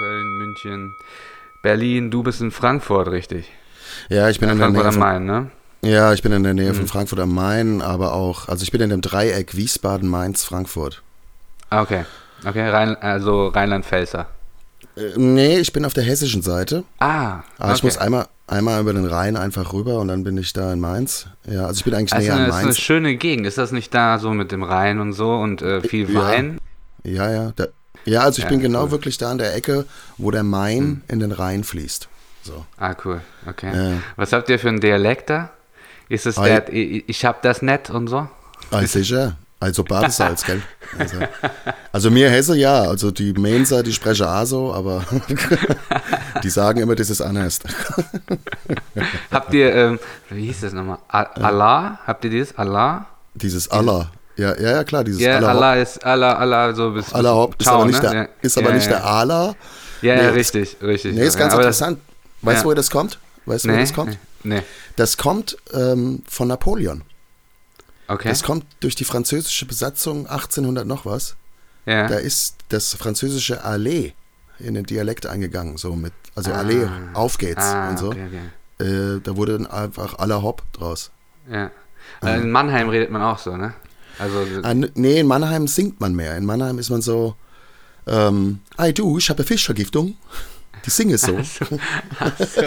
Köln, München, Berlin. Du bist in Frankfurt, richtig? Ja, ich bin in der Frankfurt Nähe am von, Main, ne? ja, ich bin in der Nähe von Frankfurt am Main, aber auch, also ich bin in dem Dreieck Wiesbaden, Mainz, Frankfurt. Ah, okay. Okay, also Rheinland-Pfälzer. Nee, ich bin auf der hessischen Seite, aber ich Okay. muss einmal über den Rhein einfach rüber und dann bin ich da in Mainz. Ja, also ich bin eigentlich Also näher an ist eine Mainz. schöne Gegend. Ist das nicht da so mit dem Rhein und so und viel Ja, Wein? ja, also ich Ja, bin genau cool. wirklich da an der Ecke, wo der Main in den Rhein fließt. So. Ah, cool. Okay. Ja. Was habt ihr für einen Dialekt da? Ist es Ei, der, ich hab das nett und so? sicher. Also Badesalz, gell? Also mir Hesse ja, also die Mainzer, die sprechen auch so, aber die sagen immer, das ist anders. Habt ihr, wie hieß das nochmal? Allah? Habt ihr dieses? Allah? Dieses Allah. Ja, klar, dieses Ja, Allah Hopp. Allah ist Allah, so bis Allah Hopp ist Ciao, aber nicht ne? der, ist Ja, aber ja, nicht der ja. Allah. Ja, Nee, ja, das, richtig, richtig. nee, ist ganz Aber interessant. Weißt ja. du, woher das kommt? Weißt du, woher Nee, das kommt? nee. Das kommt von Napoleon. Okay. Das kommt durch die französische Besatzung 1800 noch was. Ja. Da ist das französische Allez in den Dialekt eingegangen, so mit, also Allez, auf geht's und so. Okay, okay. Da wurde dann einfach Allah Hopp draus. Ja. In Mannheim redet man auch so, ne? Also, Nee, in Mannheim singt man mehr. In Mannheim ist man so, ei du, ich habe Fischvergiftung. Die singen so. so.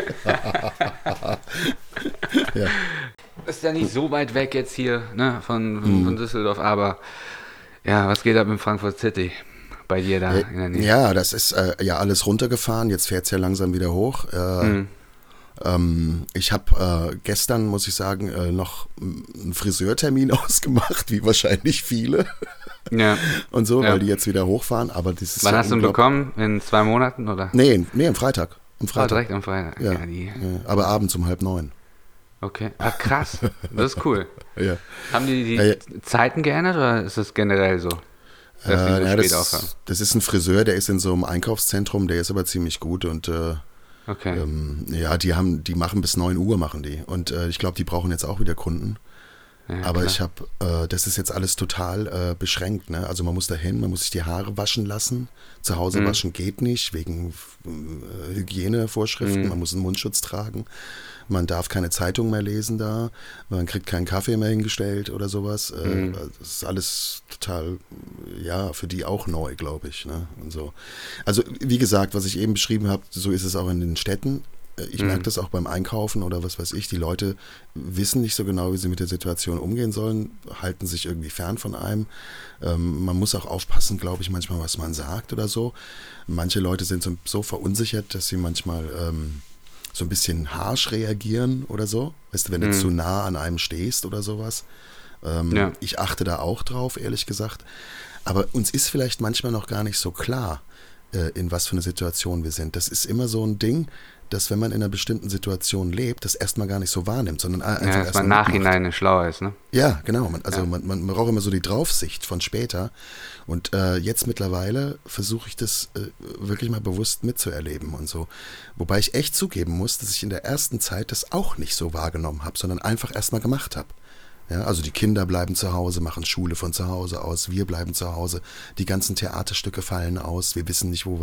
Ja. Ist ja nicht so weit weg jetzt hier, ne, von Düsseldorf, aber ja, was geht ab in Frankfurt City? Bei dir da in der Nähe? Ja, das ist ja alles runtergefahren. Jetzt fährt es ja langsam wieder hoch. Ich habe gestern, muss ich sagen, noch einen Friseurtermin ausgemacht, wie wahrscheinlich viele. Ja. Und so, Ja. weil die jetzt wieder hochfahren. Aber das ist Wann ja hast du ihn bekommen? In 2 Monaten, oder? Nee, am Freitag. Am Ah, Freitag. direkt am Freitag. Ja. Ja, Ja, aber abends um 8:30. okay. Ah, krass. Das ist cool. Ja. Haben die Ja, ja. Zeiten geändert oder ist das generell so? Dass die so Ja, spät aufhören? das ist ein Friseur, der ist in so einem Einkaufszentrum, der ist aber ziemlich gut und Okay. ja, die machen bis 9 Uhr machen die und ich glaube, die brauchen jetzt auch wieder Kunden. Ja, Aber klar. ich habe, das ist jetzt alles total beschränkt, ne? Also man muss dahin, man muss sich die Haare waschen lassen. Zu Hause waschen geht nicht, wegen Hygienevorschriften. Man muss einen Mundschutz tragen. Man darf keine Zeitung mehr lesen da. Man kriegt keinen Kaffee mehr hingestellt oder sowas. Das ist alles total, ja, für die auch neu, glaube ich. Ne? Und so. Also wie gesagt, was ich eben beschrieben habe, so ist es auch in den Städten. Ich merke das auch beim Einkaufen oder was weiß ich. Die Leute wissen nicht so genau, wie sie mit der Situation umgehen sollen, halten sich irgendwie fern von einem. Man muss auch aufpassen, glaube ich, manchmal, was man sagt oder so. Manche Leute sind so verunsichert, dass sie manchmal so ein bisschen harsch reagieren oder so. Weißt du, wenn du zu nah an einem stehst oder sowas. Ja. Ich achte da auch drauf, ehrlich gesagt. Aber uns ist vielleicht manchmal noch gar nicht so klar, in was für eine Situation wir sind. Das ist immer so ein Ding, dass wenn man in einer bestimmten Situation lebt, das erstmal gar nicht so wahrnimmt, sondern einfach Ja, dass erstmal man nachhinein schlauer ist, ne? Ja, genau. Man braucht immer so die Draufsicht von später. Und jetzt mittlerweile versuche ich das wirklich mal bewusst mitzuerleben und so. Wobei ich echt zugeben muss, dass ich in der ersten Zeit das auch nicht so wahrgenommen habe, sondern einfach erstmal gemacht habe. Ja, also die Kinder bleiben zu Hause, machen Schule von zu Hause aus, wir bleiben zu Hause, die ganzen Theaterstücke fallen aus, wir wissen nicht,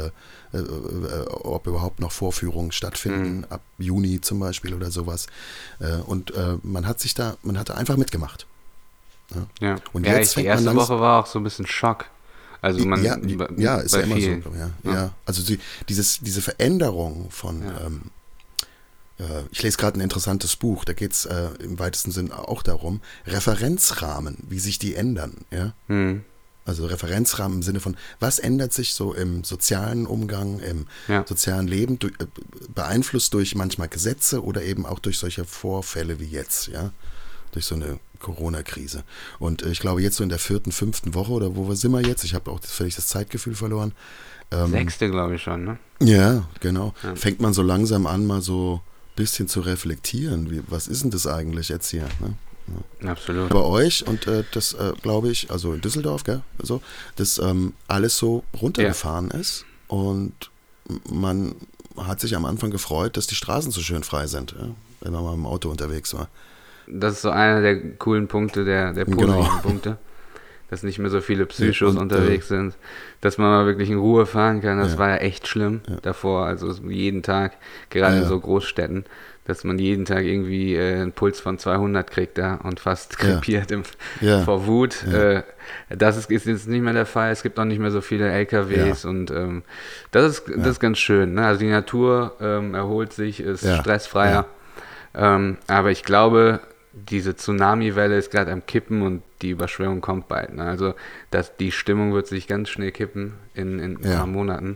ob überhaupt noch Vorführungen stattfinden, ab Juni zum Beispiel oder sowas. Und man hat da einfach mitgemacht. Ja. Und Ja, jetzt die fängt man erste langsam. Woche war auch so ein bisschen Schock. Also man, Ja, ist bei ja immer vielen. so. Ja. Also diese Veränderung von, ich lese gerade ein interessantes Buch, da geht es im weitesten Sinn auch darum, Referenzrahmen, wie sich die ändern. Ja? Also Referenzrahmen im Sinne von, was ändert sich so im sozialen Umgang, im sozialen Leben, beeinflusst durch manchmal Gesetze oder eben auch durch solche Vorfälle wie jetzt, ja, durch so eine Corona-Krise. Und ich glaube, jetzt so in der 4., 5. Woche oder wo sind wir jetzt? Ich habe auch völlig das Zeitgefühl verloren. 6. glaube ich schon, ne? Ja, genau. Ja. Fängt man so langsam an, mal so ein bisschen zu reflektieren. Was ist denn das eigentlich jetzt hier? Ne? Absolut. Bei euch und das glaube ich, also in Düsseldorf, gell, so, dass alles so runtergefahren ist und man hat sich am Anfang gefreut, dass die Straßen so schön frei sind, ja, wenn man mal im Auto unterwegs war. Das ist so einer der coolen Punkte, der positiven Punkte. dass nicht mehr so viele Psychos unterwegs sind, dass man mal wirklich in Ruhe fahren kann. Das war ja echt schlimm davor, also jeden Tag, gerade in so Großstädten, dass man jeden Tag irgendwie einen Puls von 200 kriegt da und fast krepiert vor Wut. Das ist jetzt nicht mehr der Fall. Es gibt auch nicht mehr so viele LKWs und das ist ganz schön. Ne? Also die Natur erholt sich, ist stressfreier. Aber ich glaube, diese Tsunami-Welle ist gerade am Kippen und die Überschwemmung kommt bald. Ne? Also die Stimmung wird sich ganz schnell kippen in ein paar Monaten,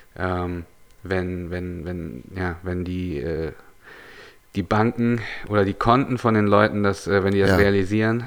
wenn die Banken oder die Konten von den Leuten, wenn die das realisieren,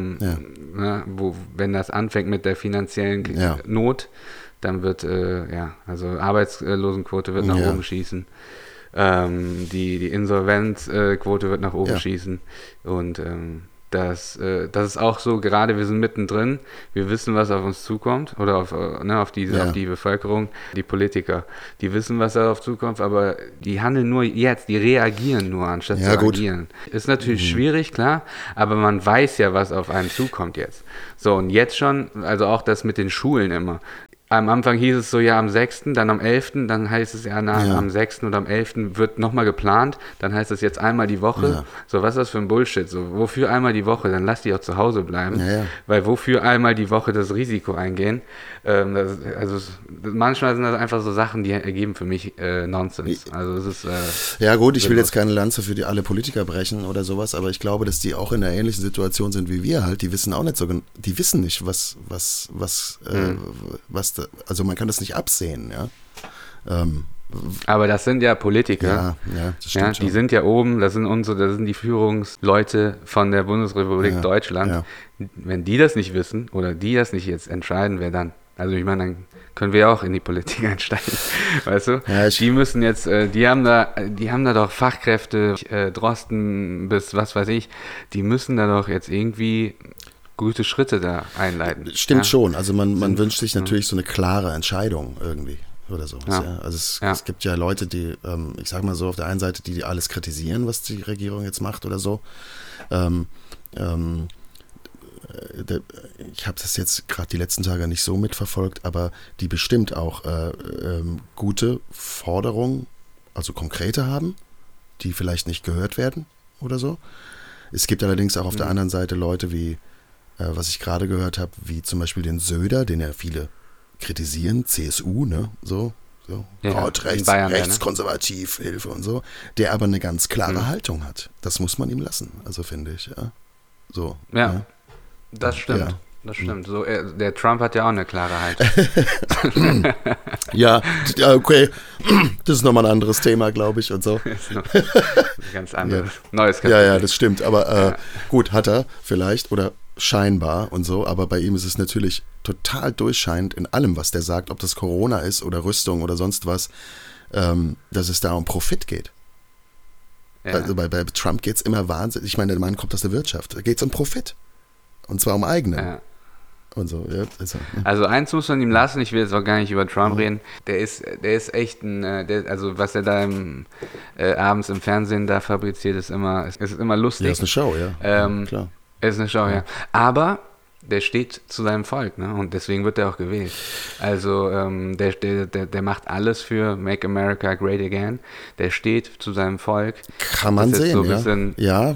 wenn das anfängt mit der finanziellen Not, dann wird, also Arbeitslosenquote wird nach oben schießen. Die Insolvenzquote wird nach oben schießen und das ist auch so, gerade wir sind mittendrin, wir wissen, was auf uns zukommt oder auf die Bevölkerung, die Politiker, die wissen, was darauf zukommt, aber die handeln nur jetzt, die reagieren nur, anstatt zu agieren. Ist natürlich schwierig, klar, aber man weiß ja, was auf einen zukommt jetzt. So, und jetzt schon, also auch das mit den Schulen immer. Am Anfang hieß es so, am 6., dann am 11., dann heißt es am 6. oder am 11. wird nochmal geplant, dann heißt es jetzt einmal die Woche. Ja. So, was ist das für ein Bullshit? So, wofür einmal die Woche? Dann lass die auch zu Hause bleiben. Ja. Weil wofür einmal die Woche das Risiko eingehen? Manchmal sind das einfach so Sachen, die ergeben für mich Nonsens. Also es ist ja gut, ich will jetzt keine Lanze für alle Politiker brechen oder sowas, aber ich glaube, dass die auch in einer ähnlichen Situation sind wie wir halt. Die wissen auch nicht so, die wissen nicht, was also man kann das nicht absehen, aber das sind ja Politiker. Ja, das stimmt schon. Die sind ja oben, das sind die Führungsleute von der Bundesrepublik Deutschland. Ja. Wenn die das nicht wissen oder die das nicht jetzt entscheiden, wer dann? Also ich meine, dann können wir auch in die Politik einsteigen, weißt du? Ja, die müssen jetzt, die haben da doch Fachkräfte, Drosten bis was weiß ich, die müssen da doch jetzt irgendwie gute Schritte da einleiten. Stimmt schon, also man wünscht sich natürlich so eine klare Entscheidung irgendwie oder so. Ja. Also es gibt ja Leute, die, ich sag mal so, auf der einen Seite, die alles kritisieren, was die Regierung jetzt macht oder so. Ich habe das jetzt gerade die letzten Tage nicht so mitverfolgt, aber die bestimmt auch gute Forderungen, also konkrete haben, die vielleicht nicht gehört werden oder so. Es gibt allerdings auch auf der anderen Seite Leute wie, was ich gerade gehört habe, wie zum Beispiel den Söder, den ja viele kritisieren, CSU, ne, so rechtskonservativ, Hilfe und so, der aber eine ganz klare Haltung hat. Das muss man ihm lassen, also finde ich, so. Ja. Das stimmt. Ja. Das stimmt. So, der Trump hat ja auch eine klare Haltung. ja, okay. Das ist nochmal ein anderes Thema, glaube ich, und so. Das ist noch ein ganz anderes. Neues Kapitel. Ja, das stimmt. Aber gut, hat er vielleicht oder scheinbar und so. Aber bei ihm ist es natürlich total durchscheinend in allem, was der sagt, ob das Corona ist oder Rüstung oder sonst was, dass es da um Profit geht. Ja. Also bei Trump geht es immer wahnsinnig. Ich meine, der Mann kommt aus der Wirtschaft. Da geht es um Profit. Und zwar um eigene. Ja. Und so, Also eins muss man ihm lassen, ich will jetzt auch gar nicht über Trump reden, der ist echt also was er da abends im Fernsehen da fabriziert, ist immer lustig. Ja, ist eine Show, ja. Klar. Ist eine Show, ja. Aber der steht zu seinem Volk, ne? Und deswegen wird er auch gewählt. Also der macht alles für Make America Great Again. Der steht zu seinem Volk. Kann man sehen, so bisschen, ja.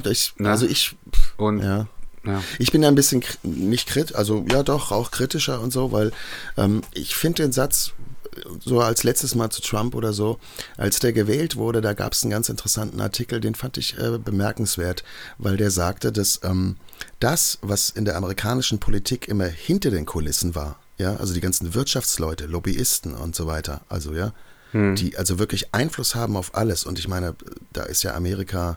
Ja. Ich bin da ein bisschen nicht kritisch, also ja doch, auch kritischer und so, weil ich finde den Satz, so als letztes Mal zu Trump oder so, als der gewählt wurde, da gab es einen ganz interessanten Artikel, den fand ich bemerkenswert, weil der sagte, dass das, was in der amerikanischen Politik immer hinter den Kulissen war, ja, also die ganzen Wirtschaftsleute, Lobbyisten und so weiter, also die also wirklich Einfluss haben auf alles, und ich meine, da ist ja Amerika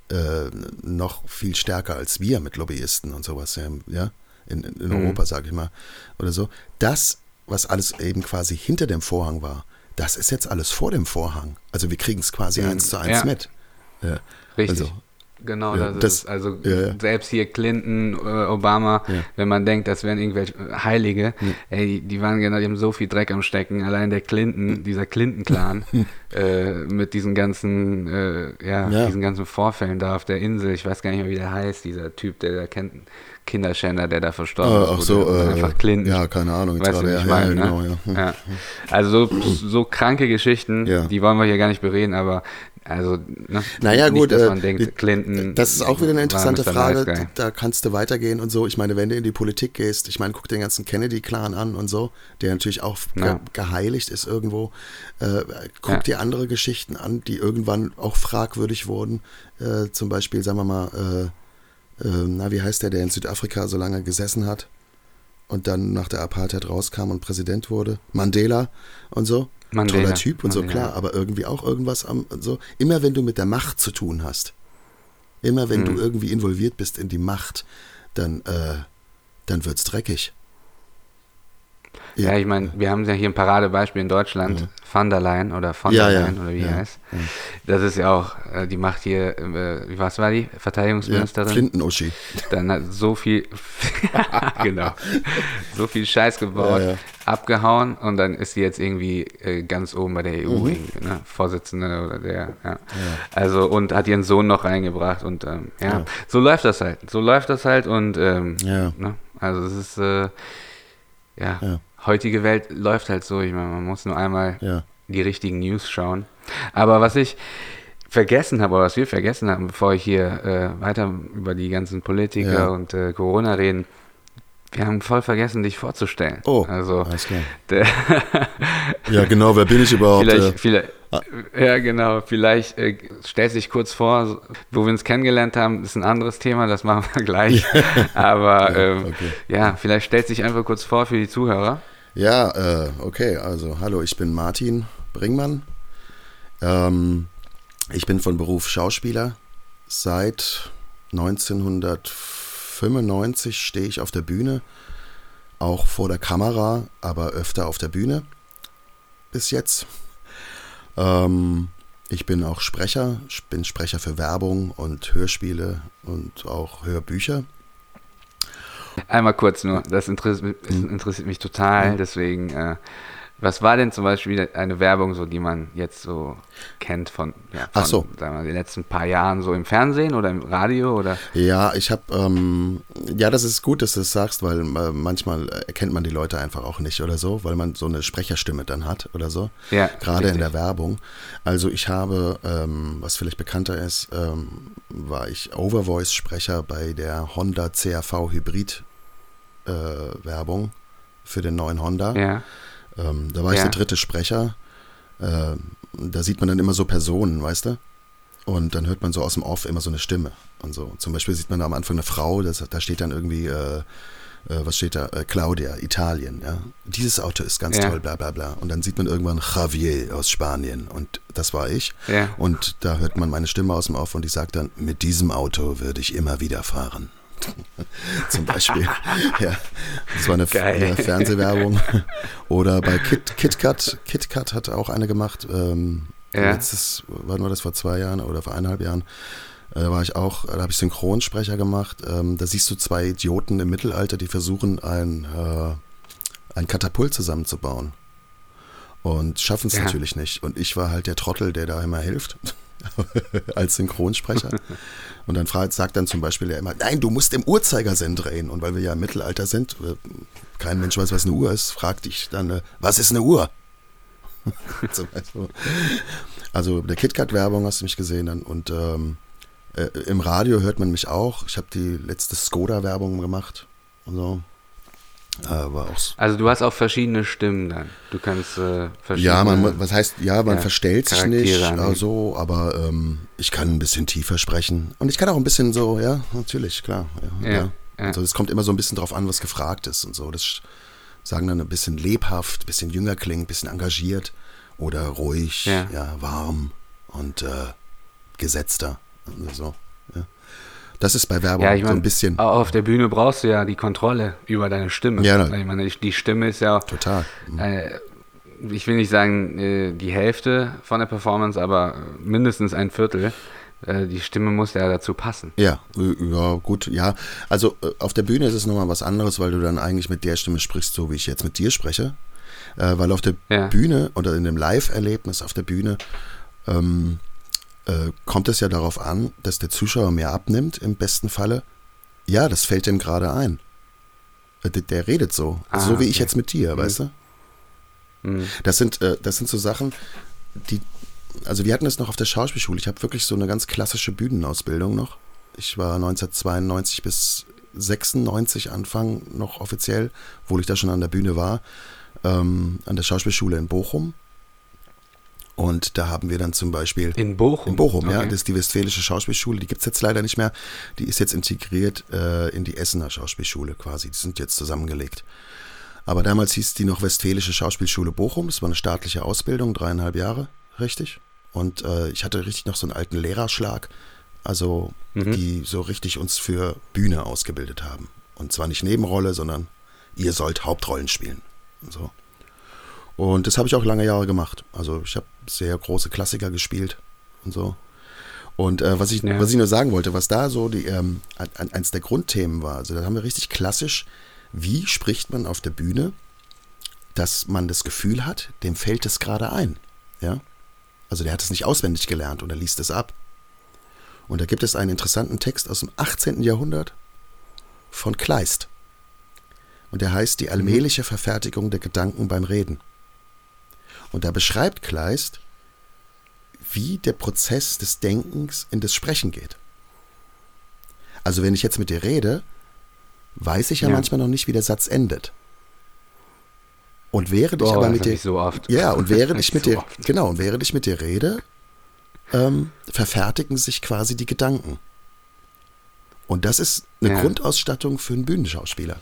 noch viel stärker als wir mit Lobbyisten und sowas, ja, in Europa, sage ich mal, oder so. Das, was alles eben quasi hinter dem Vorhang war, das ist jetzt alles vor dem Vorhang. Also wir kriegen es quasi 1:1 mit. Ja. Richtig. Also, Genau, das ist also selbst hier Clinton, Obama, wenn man denkt, das wären irgendwelche Heilige, ey, die waren genau, die haben so viel Dreck am Stecken. Allein der Clinton, dieser Clinton-Clan, mit diesen ganzen, diesen ganzen Vorfällen da auf der Insel, ich weiß gar nicht mehr, wie der heißt, dieser Typ, der da kennt, Kinderschänder, der da verstorben ist. Einfach Clinton. Ja, keine Ahnung. Weißt du, ich meine, genau, ja. Also so kranke Geschichten, die wollen wir hier gar nicht bereden, aber also, naja, nicht, gut, dass man denkt, Clinton. Das ist auch wieder eine interessante Frage. Da kannst du weitergehen und so. Ich meine, wenn du in die Politik gehst, ich meine, guck den ganzen Kennedy-Clan an und so, der natürlich auch geheiligt ist irgendwo. Guck dir andere Geschichten an, die irgendwann auch fragwürdig wurden. Zum Beispiel, sagen wir mal, wie heißt der in Südafrika so lange gesessen hat und dann nach der Apartheid rauskam und Präsident wurde? Mandela und so. Toller Typ und so, klar, aber irgendwie auch irgendwas so. Immer wenn du mit der Macht zu tun hast, immer wenn du irgendwie involviert bist in die Macht, dann wird's dreckig. Ja, ich meine, wir haben ja hier ein Paradebeispiel in Deutschland, Van der Leyen oder von der Leyen oder wie die heißt. Ja. Das ist ja auch, die macht hier, was war die? Verteidigungsministerin? Flinten-Uschi. Dann hat so viel, so viel Scheiß gebaut, abgehauen und dann ist sie jetzt irgendwie ganz oben bei der EU, Vorsitzende oder der, Also, und hat ihren Sohn noch reingebracht und so läuft das halt und also es ist, heutige Welt läuft halt so. Ich meine, man muss nur einmal die richtigen News schauen. Aber was ich vergessen habe, oder was wir vergessen haben, bevor ich hier weiter über die ganzen Politiker und Corona reden, wir haben voll vergessen, dich vorzustellen. Oh, also, alles klar. Ja, genau, wer bin ich überhaupt? Vielleicht stellst dich kurz vor, wo wir uns kennengelernt haben, ist ein anderes Thema, das machen wir gleich. Aber vielleicht stellst dich einfach kurz vor für die Zuhörer. Ja, okay, also hallo, ich bin Martin Bringmann. Ich bin von Beruf Schauspieler. Seit 1995 stehe ich auf der Bühne, auch vor der Kamera, aber öfter auf der Bühne bis jetzt. Ich bin auch Sprecher, ich bin Sprecher für Werbung und Hörspiele und auch Hörbücher. Einmal kurz nur, das interessiert mich total, deswegen, was war denn zum Beispiel eine Werbung, so die man jetzt so kennt von sagen wir, den letzten paar Jahren so im Fernsehen oder im Radio? Oder? Ja, ich habe, das ist gut, dass du das sagst, weil manchmal erkennt man die Leute einfach auch nicht oder so, weil man so eine Sprecherstimme dann hat oder so, gerade in der Werbung. Also ich habe, was vielleicht bekannter ist, war ich Overvoice-Sprecher bei der Honda CRV Hybrid Werbung für den neuen Honda. Ja. Da war ich der dritte Sprecher. Da sieht man dann immer so Personen, weißt du? Und dann hört man so aus dem Off immer so eine Stimme und so. Zum Beispiel sieht man da am Anfang eine Frau, da steht dann irgendwie, was steht da? Claudia, Italien, ja. Dieses Auto ist ganz toll, bla bla bla. Und dann sieht man irgendwann Javier aus Spanien und das war ich. Ja. Und da hört man meine Stimme aus dem Off und die sagt dann, mit diesem Auto würde ich immer wieder fahren. Zum Beispiel. Ja, das war eine Fernsehwerbung. Oder bei KitKat. KitKat hat auch eine gemacht. Letztes, wann war das, vor 2 Jahren oder vor 1,5 Jahren? Da habe ich Synchronsprecher gemacht. Da siehst du 2 Idioten im Mittelalter, die versuchen, ein Katapult zusammenzubauen. Und schaffen es natürlich nicht. Und ich war halt der Trottel, der da immer hilft. Als Synchronsprecher. Und dann sagt dann zum Beispiel ja immer, nein, du musst im Uhrzeigersinn drehen. Und weil wir ja im Mittelalter sind, kein Mensch weiß, was eine Uhr ist, fragte ich dann, was ist eine Uhr? Also der KitKat-Werbung hast du mich gesehen dann. Und im Radio hört man mich auch. Ich habe die letzte Skoda-Werbung gemacht und so. Also du hast auch verschiedene Stimmen dann. Du kannst verschiedene. Ja, man verstellt sich nicht, also, aber ich kann ein bisschen tiefer sprechen. Und ich kann auch ein bisschen so, ja, natürlich, klar. Ja. Also es kommt immer so ein bisschen drauf an, was gefragt ist und so. Das sagen dann ein bisschen lebhaft, ein bisschen jünger klingt, ein bisschen engagiert oder ruhig, warm und gesetzter. So, ja. Das ist bei Werbung so ein bisschen. Auf der Bühne brauchst du ja die Kontrolle über deine Stimme. Ja, ich meine, die Stimme ist ja total. Ich will nicht sagen die Hälfte von der Performance, aber mindestens ein Viertel. die Stimme muss ja dazu passen. Ja, gut, ja. Also auf der Bühne ist es nochmal was anderes, weil du dann eigentlich mit der Stimme sprichst, so wie ich jetzt mit dir spreche. Weil auf der Bühne oder in dem Live-Erlebnis auf der Bühne kommt es ja darauf an, dass der Zuschauer mehr abnimmt, im besten Falle. Ja, das fällt ihm gerade ein. Der redet so. So wie ich jetzt mit dir, weißt du? Das sind so Sachen, also wir hatten das noch auf der Schauspielschule. Ich habe wirklich so eine ganz klassische Bühnenausbildung noch. Ich war 1992 bis 96 Anfang noch offiziell, obwohl ich da schon an der Bühne war, an der Schauspielschule in Bochum. Und da haben wir dann zum Beispiel... In Bochum? In Bochum, okay. Ja. Das ist die Westfälische Schauspielschule. Die gibt es jetzt leider nicht mehr. Die ist jetzt integriert in die Essener Schauspielschule quasi. Die sind jetzt zusammengelegt. Aber damals hieß die noch Westfälische Schauspielschule Bochum. Das war eine staatliche Ausbildung, 3,5 Jahre, richtig. Und ich hatte richtig noch so einen alten Lehrerschlag, also die so richtig uns für Bühne ausgebildet haben. Und zwar nicht Nebenrolle, sondern ihr sollt Hauptrollen spielen. Und so. Und das habe ich auch lange Jahre gemacht. Also ich habe sehr große Klassiker gespielt und so. Und was ich nur sagen wollte, was da so eins der Grundthemen war, also da haben wir richtig klassisch, wie spricht man auf der Bühne, dass man das Gefühl hat, dem fällt es gerade ein. Ja? Also der hat es nicht auswendig gelernt und er liest es ab. Und da gibt es einen interessanten Text aus dem 18. Jahrhundert von Kleist. Und der heißt Die allmähliche Verfertigung der Gedanken beim Reden. Und da beschreibt Kleist, wie der Prozess des Denkens in das Sprechen geht. Also wenn ich jetzt mit dir rede, weiß ich ja manchmal noch nicht, wie der Satz endet. Und während ich aber mit dir, so oft. Ja, und während ich mit dir, genau, und während ich mit dir rede, verfertigen sich quasi die Gedanken. Und das ist eine Grundausstattung für einen Bühnenschauspieler.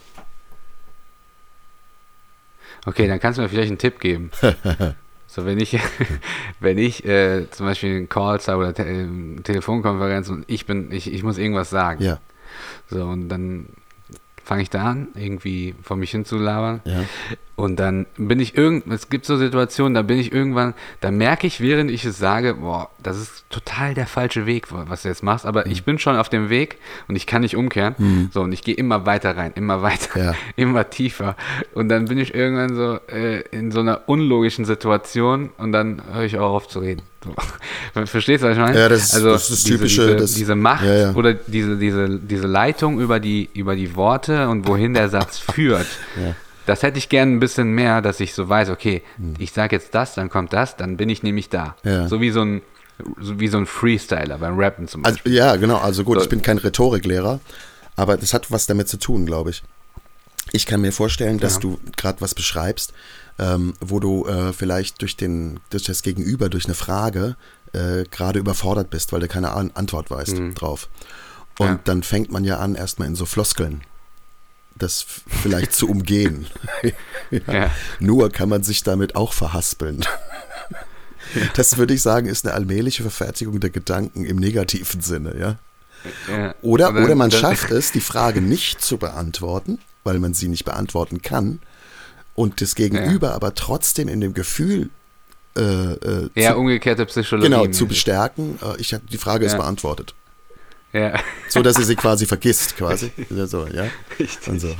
Okay, dann kannst du mir vielleicht einen Tipp geben. So, wenn ich zum Beispiel einen Calls habe oder Telefonkonferenz und ich muss irgendwas sagen. Ja. So, und dann fange ich da an, irgendwie vor mich hin zu labern. Ja. Und dann es gibt so Situationen, da merke ich, während ich es sage, boah, das ist total der falsche Weg, was du jetzt machst, aber ich bin schon auf dem Weg und ich kann nicht umkehren. So, und ich gehe immer weiter rein, immer weiter, immer tiefer. Und dann bin ich irgendwann so in so einer unlogischen Situation und dann höre ich auch auf zu reden. So. Verstehst du, was ich meine? Ja, das ist typische... Diese Macht oder diese Leitung über die Worte und wohin der Satz führt. Ja. Das hätte ich gern ein bisschen mehr, dass ich so weiß, okay, ich sage jetzt das, dann kommt das, dann bin ich nämlich da. Ja. So wie so ein Freestyler beim Rappen zum Beispiel. Also, ja, genau. Also gut, ich bin kein Rhetoriklehrer, aber das hat was damit zu tun, glaube ich. Ich kann mir vorstellen, dass du gerade was beschreibst, wo du vielleicht durch das Gegenüber, durch eine Frage gerade überfordert bist, weil du keine Antwort weißt drauf. Und dann fängt man ja an, erstmal in so Floskeln das vielleicht zu umgehen. Nur kann man sich damit auch verhaspeln. Das würde ich sagen, ist eine allmähliche Verfertigung der Gedanken im negativen Sinne, ja. Oder man schafft es, die Frage nicht zu beantworten, weil man sie nicht beantworten kann und das Gegenüber aber trotzdem in dem Gefühl umgekehrte Psychologie. Genau, zu bestärken, die Frage ist beantwortet. Ja. So, dass sie quasi vergisst, quasi. So, ja. Und so.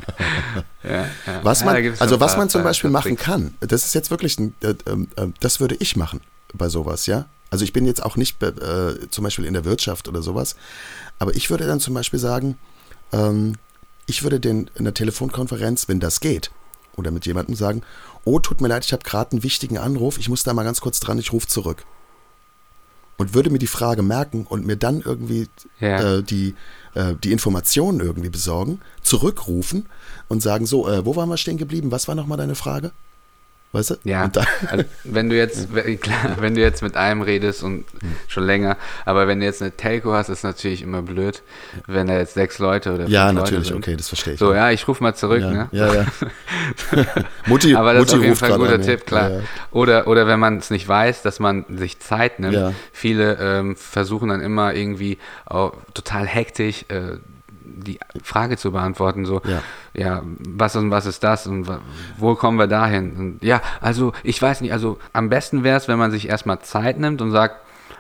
Was man zum Beispiel machen kann, das ist jetzt wirklich, das würde ich machen bei sowas, ja. Also ich bin jetzt auch nicht zum Beispiel in der Wirtschaft oder sowas, aber ich würde dann zum Beispiel sagen, ich würde in der Telefonkonferenz, wenn das geht, oder mit jemandem sagen, oh, tut mir leid, ich habe gerade einen wichtigen Anruf, ich muss da mal ganz kurz dran, ich rufe zurück. Und würde mir die Frage merken und mir dann irgendwie die Informationen irgendwie besorgen, zurückrufen und sagen, so, wo waren wir stehen geblieben? Was war nochmal deine Frage? Weißt du? Ja, also wenn du jetzt mit einem redest und schon länger, aber wenn du jetzt eine Telco hast, ist natürlich immer blöd, wenn da jetzt 6 Leute oder 5 Leute natürlich, sind. Okay, das verstehe ich. So, ich rufe mal zurück, ne? Ja. Mutti, aber das ist auf jeden Fall ein guter an, Tipp, klar. Ja. Oder wenn man es nicht weiß, dass man sich Zeit nimmt. Ja. Viele versuchen dann immer irgendwie auch total hektisch die Frage zu beantworten, so, was ist das und wo kommen wir dahin? Und also ich weiß nicht, also am besten wäre es, wenn man sich erstmal Zeit nimmt und sagt,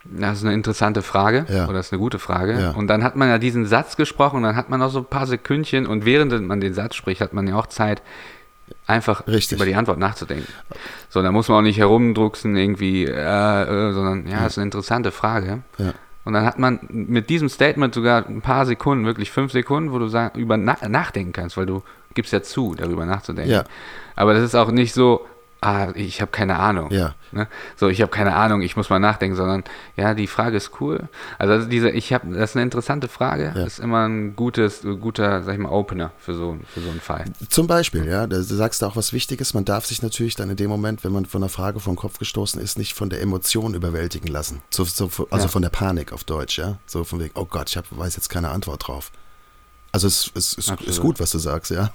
Das ist eine interessante Frage oder das ist eine gute Frage. Ja. Und dann hat man ja diesen Satz gesprochen und dann hat man noch so ein paar Sekündchen und während man den Satz spricht, hat man ja auch Zeit, einfach über die Antwort nachzudenken. So, da muss man auch nicht herumdrucksen irgendwie, sondern das ist eine interessante Frage. Ja. Und dann hat man mit diesem Statement sogar ein paar Sekunden, wirklich 5 Sekunden, wo du über nachdenken kannst, weil du gibst ja zu, darüber nachzudenken. Ja. Aber das ist auch nicht so, ich habe keine Ahnung. Ja. Ne? So, ich habe keine Ahnung, ich muss mal nachdenken, sondern die Frage ist cool. Also das ist eine interessante Frage. Ja. Ist immer ein guter, sag ich mal, Opener für so einen Fall. Zum Beispiel, du sagst da auch was Wichtiges. Man darf sich natürlich dann in dem Moment, wenn man von einer Frage vom Kopf gestoßen ist, nicht von der Emotion überwältigen lassen. Von der Panik auf Deutsch, ja. So von wegen, oh Gott, ich weiß jetzt keine Antwort drauf. Also es ist gut, was du sagst, ja.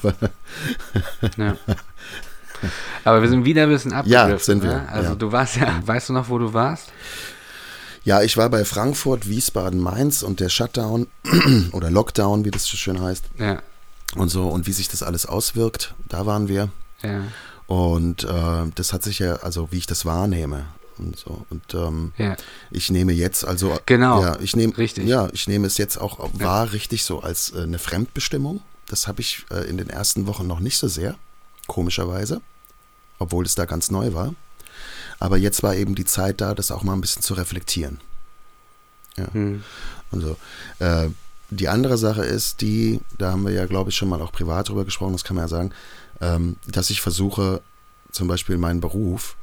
Ja. Aber wir sind wieder ein bisschen abgedriftet. Ja, sind wir. Ne? Also du warst weißt du noch, wo du warst? Ja, ich war bei Frankfurt, Wiesbaden, Mainz und der Shutdown oder Lockdown, wie das so schön heißt. Ja. Und so, und wie sich das alles auswirkt, da waren wir. Ja. Und das hat sich wie ich das wahrnehme und so. Und ich nehme jetzt ich nehme es jetzt auch wahr, richtig so als eine Fremdbestimmung. Das habe ich in den ersten Wochen noch nicht so sehr, komischerweise. Obwohl es da ganz neu war. Aber jetzt war eben die Zeit da, das auch mal ein bisschen zu reflektieren. Ja. Und so. Die andere Sache ist da haben wir ja, glaube ich, schon mal auch privat drüber gesprochen, das kann man ja sagen, dass ich versuche, zum Beispiel meinen Beruf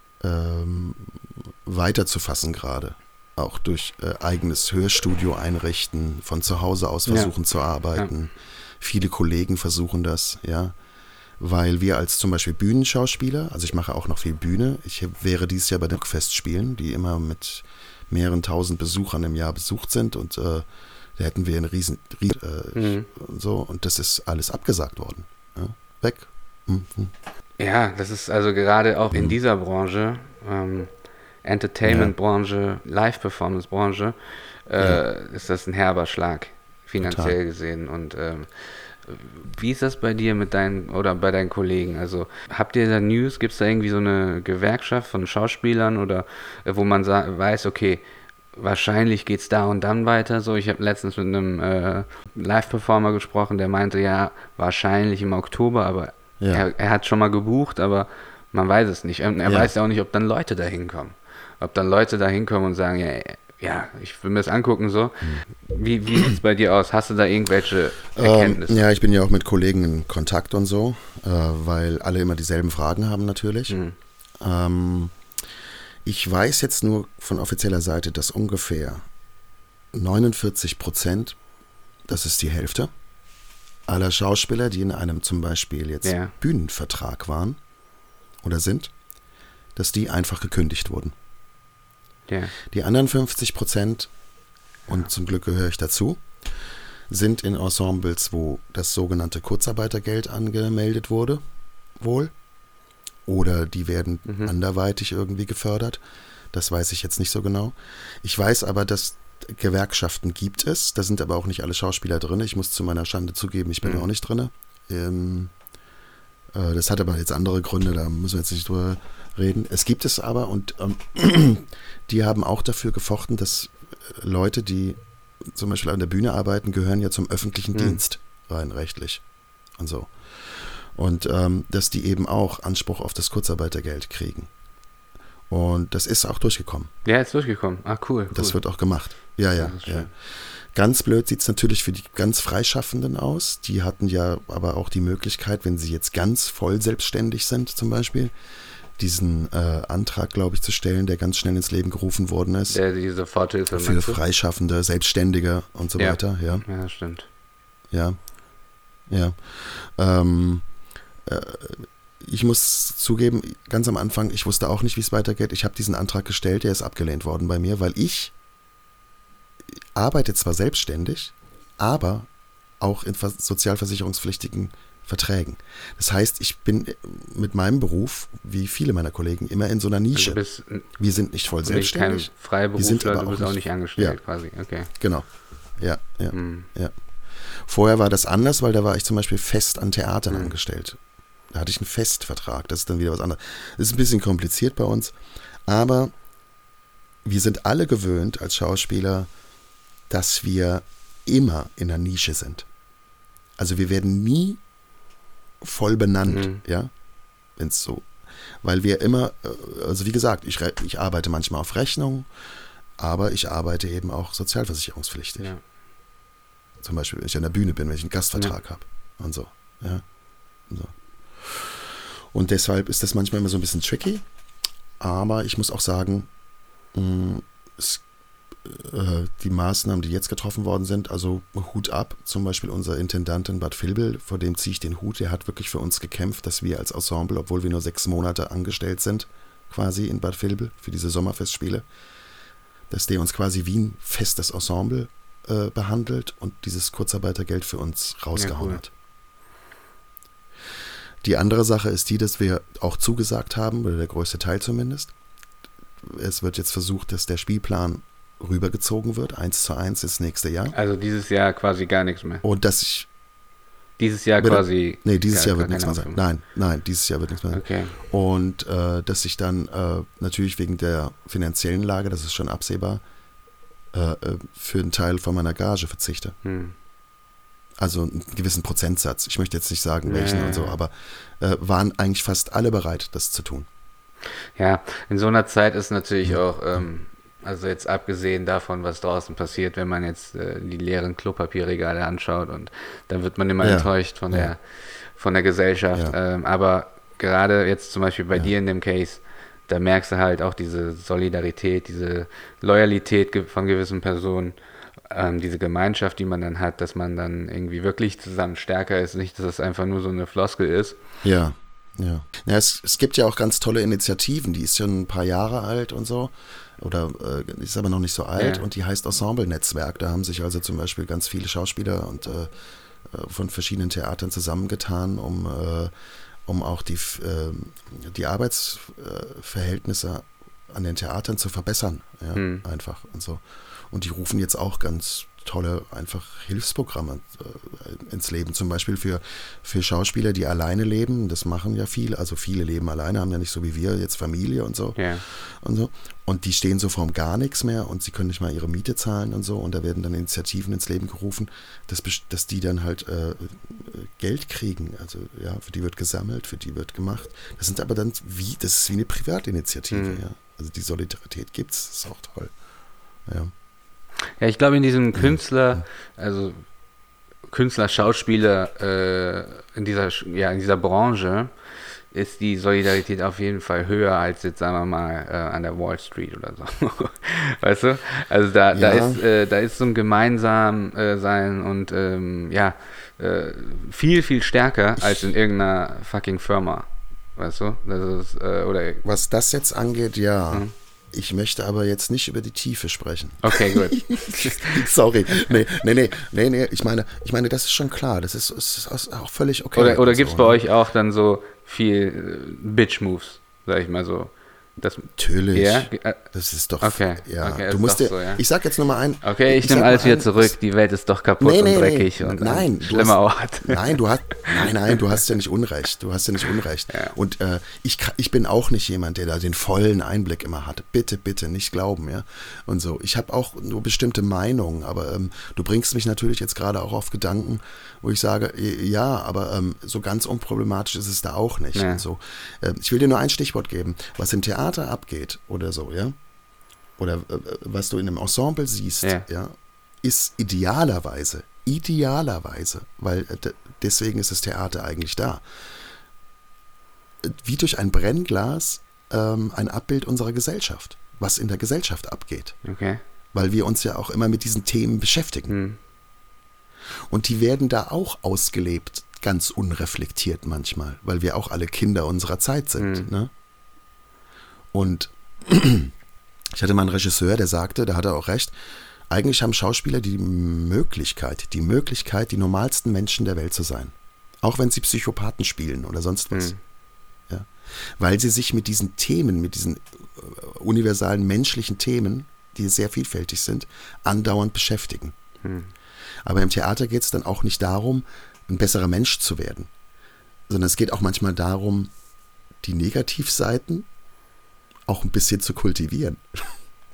weiterzufassen gerade. Auch durch eigenes Hörstudio einrichten, von zu Hause aus versuchen zu arbeiten. Ja. Viele Kollegen versuchen das, weil wir als zum Beispiel Bühnenschauspieler, also ich mache auch noch viel Bühne, ich wäre dieses Jahr bei den Festspielen, die immer mit mehreren tausend Besuchern im Jahr besucht sind und da hätten wir einen riesen und so und das ist alles abgesagt worden. Ja? Weg. Ja, das ist also gerade auch in dieser Branche, Entertainment-Branche, Live-Performance-Branche, ist das ein herber Schlag, finanziell gesehen und wie ist das bei dir bei deinen Kollegen? Also habt ihr da News? Gibt es da irgendwie so eine Gewerkschaft von Schauspielern oder wo man weiß, okay, wahrscheinlich geht es da und dann weiter? So, ich habe letztens mit einem Live-Performer gesprochen, der meinte, wahrscheinlich im Oktober, aber er hat schon mal gebucht, aber man weiß es nicht. Und er weiß ja auch nicht, ob dann Leute da hinkommen. Ob dann Leute da hinkommen und sagen, ich will mir das angucken so. Wie sieht es bei dir aus? Hast du da irgendwelche Erkenntnisse? Ja, ich bin ja auch mit Kollegen in Kontakt und so, weil alle immer dieselben Fragen haben natürlich. Ich weiß jetzt nur von offizieller Seite, dass ungefähr 49%, das ist die Hälfte, aller Schauspieler, die in einem zum Beispiel jetzt Bühnenvertrag waren oder sind, dass die einfach gekündigt wurden. Yeah. Die anderen 50%, und zum Glück gehöre ich dazu, sind in Ensembles, wo das sogenannte Kurzarbeitergeld angemeldet wurde, wohl. Oder die werden anderweitig irgendwie gefördert. Das weiß ich jetzt nicht so genau. Ich weiß aber, dass Gewerkschaften gibt es. Da sind aber auch nicht alle Schauspieler drin. Ich muss zu meiner Schande zugeben, ich bin auch nicht drin. Das hat aber jetzt andere Gründe, da müssen wir jetzt nicht drüber reden. Es gibt es aber und die haben auch dafür gefochten, dass Leute, die zum Beispiel an der Bühne arbeiten, gehören ja zum öffentlichen Dienst rein rechtlich und so. Und dass die eben auch Anspruch auf das Kurzarbeitergeld kriegen. Und das ist auch durchgekommen. Ja, ist durchgekommen. Cool. Das wird auch gemacht. Ja. Ganz blöd sieht es natürlich für die ganz Freischaffenden aus. Die hatten ja aber auch die Möglichkeit, wenn sie jetzt ganz voll selbstständig sind zum Beispiel, diesen Antrag, glaube ich, zu stellen, der ganz schnell ins Leben gerufen worden ist. Die Soforthilfe für Freischaffende, Selbstständige und so weiter. Ja, das stimmt. Ja. Ich muss zugeben, ganz am Anfang, ich wusste auch nicht, wie es weitergeht. Ich habe diesen Antrag gestellt, der ist abgelehnt worden bei mir, weil ich arbeite zwar selbstständig, aber auch in sozialversicherungspflichtigen Verträgen. Das heißt, ich bin mit meinem Beruf, wie viele meiner Kollegen, immer in so einer Nische. Also wir sind nicht voll selbstständig. Kein Freiberufler, du bist auch nicht angestellt quasi. Okay. Genau. Ja. Vorher war das anders, weil da war ich zum Beispiel fest an Theatern angestellt. Da hatte ich einen Festvertrag. Das ist dann wieder was anderes. Das ist ein bisschen kompliziert bei uns, aber wir sind alle gewöhnt als Schauspieler, dass wir immer in der Nische sind. Also wir werden nie voll benannt, ja, wenn es so, weil wir immer, also wie gesagt, ich arbeite manchmal auf Rechnung, aber ich arbeite eben auch sozialversicherungspflichtig. Ja. Zum Beispiel, wenn ich an der Bühne bin, wenn ich einen Gastvertrag habe und so, ja. Und so. Und deshalb ist das manchmal immer so ein bisschen tricky, aber ich muss auch sagen, die Maßnahmen, die jetzt getroffen worden sind, also Hut ab, zum Beispiel unser Intendant in Bad Vilbel, vor dem ziehe ich den Hut, der hat wirklich für uns gekämpft, dass wir als Ensemble, obwohl wir nur 6 Monate angestellt sind, quasi in Bad Vilbel für diese Sommerfestspiele, dass der uns quasi wie ein festes Ensemble behandelt und dieses Kurzarbeitergeld für uns rausgehauen hat. Die andere Sache ist die, dass wir auch zugesagt haben, oder der größte Teil zumindest. Es wird jetzt versucht, dass der Spielplan rübergezogen wird, 1:1 ins nächste Jahr. Also dieses Jahr quasi gar nichts mehr. Und dass ich... Dieses Jahr quasi... Nee, dieses Jahr wird nichts mehr sein. Nein, dieses Jahr wird nichts mehr sein. Okay. Und dass ich dann natürlich wegen der finanziellen Lage, das ist schon absehbar, für einen Teil von meiner Gage verzichte. Also einen gewissen Prozentsatz. Ich möchte jetzt nicht sagen, welchen und so, aber waren eigentlich fast alle bereit, das zu tun. Ja, in so einer Zeit ist natürlich auch, also jetzt abgesehen davon, was draußen passiert, wenn man jetzt die leeren Klopapierregale anschaut und dann wird man immer enttäuscht von der Gesellschaft. Ja. Aber gerade jetzt zum Beispiel bei dir in dem Case, da merkst du halt auch diese Solidarität, diese Loyalität von gewissen Personen, diese Gemeinschaft, die man dann hat, dass man dann irgendwie wirklich zusammen stärker ist, nicht, dass es einfach nur so eine Floskel ist. Ja. Es gibt ja auch ganz tolle Initiativen, die ist schon ein paar Jahre alt und so, oder ist aber noch nicht so alt, und die heißt Ensemble-Netzwerk. Da haben sich also zum Beispiel ganz viele Schauspieler und von verschiedenen Theatern zusammengetan, um auch die Arbeitsverhältnisse an den Theatern zu verbessern, einfach und so. Und die rufen jetzt auch ganz tolle einfach Hilfsprogramme ins Leben, zum Beispiel für Schauspieler, die alleine leben. Das machen ja viele, also viele leben alleine, haben ja nicht so wie wir jetzt Familie und so. Ja. Und so. Und die stehen so vorm gar nichts mehr und sie können nicht mal ihre Miete zahlen und so. Und da werden dann Initiativen ins Leben gerufen, dass die dann halt Geld kriegen. Also ja, für die wird gesammelt, für die wird gemacht. Das sind aber dann das ist wie eine Privatinitiative, ja. Also die Solidarität gibt's, das ist auch toll. Ja. Ja, ich glaube in diesem Schauspieler, in dieser Branche ist die Solidarität auf jeden Fall höher als jetzt, sagen wir mal, an der Wall Street oder so. Weißt du? Also da ist so ein gemeinsam sein und viel, viel stärker als in irgendeiner fucking Firma. Weißt du? Das ist, was das jetzt angeht, ja. Ich möchte aber jetzt nicht über die Tiefe sprechen. Okay, gut. Sorry. Nee. Ich meine, das ist schon klar. Das ist auch völlig okay. Oder gibt es bei euch auch dann so viel Bitch-Moves, sag ich mal so? Natürlich. Ja? Das ist doch... Okay. Ja. Okay, du musst dir... So, ja. Ich sag jetzt nochmal ein... Okay, ich nehme alles wieder zurück. Die Welt ist doch kaputt und dreckig und ein schlimmer Ort. Nein, du hast ja nicht Unrecht. Ja. Und ich bin auch nicht jemand, der da den vollen Einblick immer hat. Bitte, bitte nicht glauben, ja. Und so. Ich habe auch nur bestimmte Meinungen, aber du bringst mich natürlich jetzt gerade auch auf Gedanken, wo ich sage, ja, aber so ganz unproblematisch ist es da auch nicht. Ja. Und so. Ich will dir nur ein Stichwort geben, was im Theater abgeht oder so, ja, oder was du in einem Ensemble siehst, ja, ist idealerweise, weil deswegen ist das Theater eigentlich da, wie durch ein Brennglas ein Abbild unserer Gesellschaft, was in der Gesellschaft abgeht. Okay. Weil wir uns ja auch immer mit diesen Themen beschäftigen. Und die werden da auch ausgelebt, ganz unreflektiert manchmal, weil wir auch alle Kinder unserer Zeit sind, ne? Und ich hatte mal einen Regisseur, der sagte, da hat er auch recht, eigentlich haben Schauspieler die Möglichkeit, die normalsten Menschen der Welt zu sein. Auch wenn sie Psychopathen spielen oder sonst was. Ja. Weil sie sich mit diesen Themen, mit diesen universalen menschlichen Themen, die sehr vielfältig sind, andauernd beschäftigen. Aber im Theater geht es dann auch nicht darum, ein besserer Mensch zu werden, sondern es geht auch manchmal darum, die Negativseiten auch ein bisschen zu kultivieren.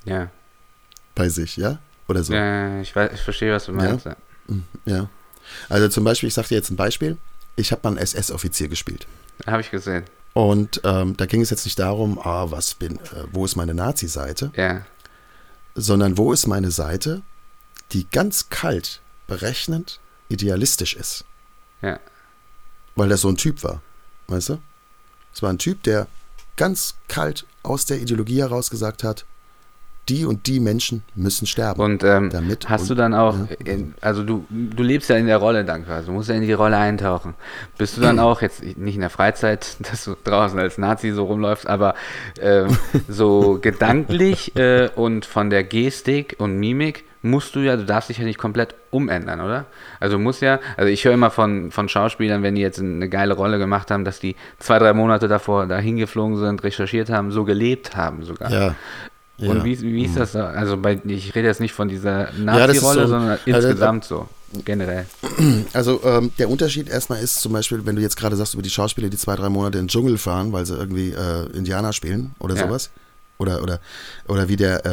Ja. Bei sich, ja? Oder so. Ja, ich verstehe, was du meinst. Ja. Ja. Also zum Beispiel, ich sag dir jetzt ein Beispiel. Ich habe mal einen SS-Offizier gespielt. Habe ich gesehen. Und da ging es jetzt nicht darum, wo ist meine Nazi-Seite? Ja. Sondern wo ist meine Seite, die ganz kalt, berechnend, idealistisch ist. Ja. Weil das so ein Typ war, weißt du? Es war ein Typ, der ganz kalt aus der Ideologie heraus gesagt hat, die und die Menschen müssen sterben. Und du dann auch, also du lebst ja in der Rolle dann quasi, du musst ja in die Rolle eintauchen. Bist du dann auch, jetzt nicht in der Freizeit, dass du draußen als Nazi so rumläufst, aber so gedanklich und von der Gestik und Mimik du darfst dich ja nicht komplett umändern, oder? Also ich höre immer von Schauspielern, wenn die jetzt eine geile Rolle gemacht haben, dass die 2-3 Monate davor dahin geflogen sind, recherchiert haben, so gelebt haben sogar. Ja. Und wie ist das da? Also ich rede jetzt nicht von dieser Nazi-Rolle, sondern insgesamt so, generell. Also der Unterschied erstmal ist zum Beispiel, wenn du jetzt gerade sagst über die Schauspieler, die 2-3 Monate in den Dschungel fahren, weil sie irgendwie Indianer spielen oder sowas. Oder wie der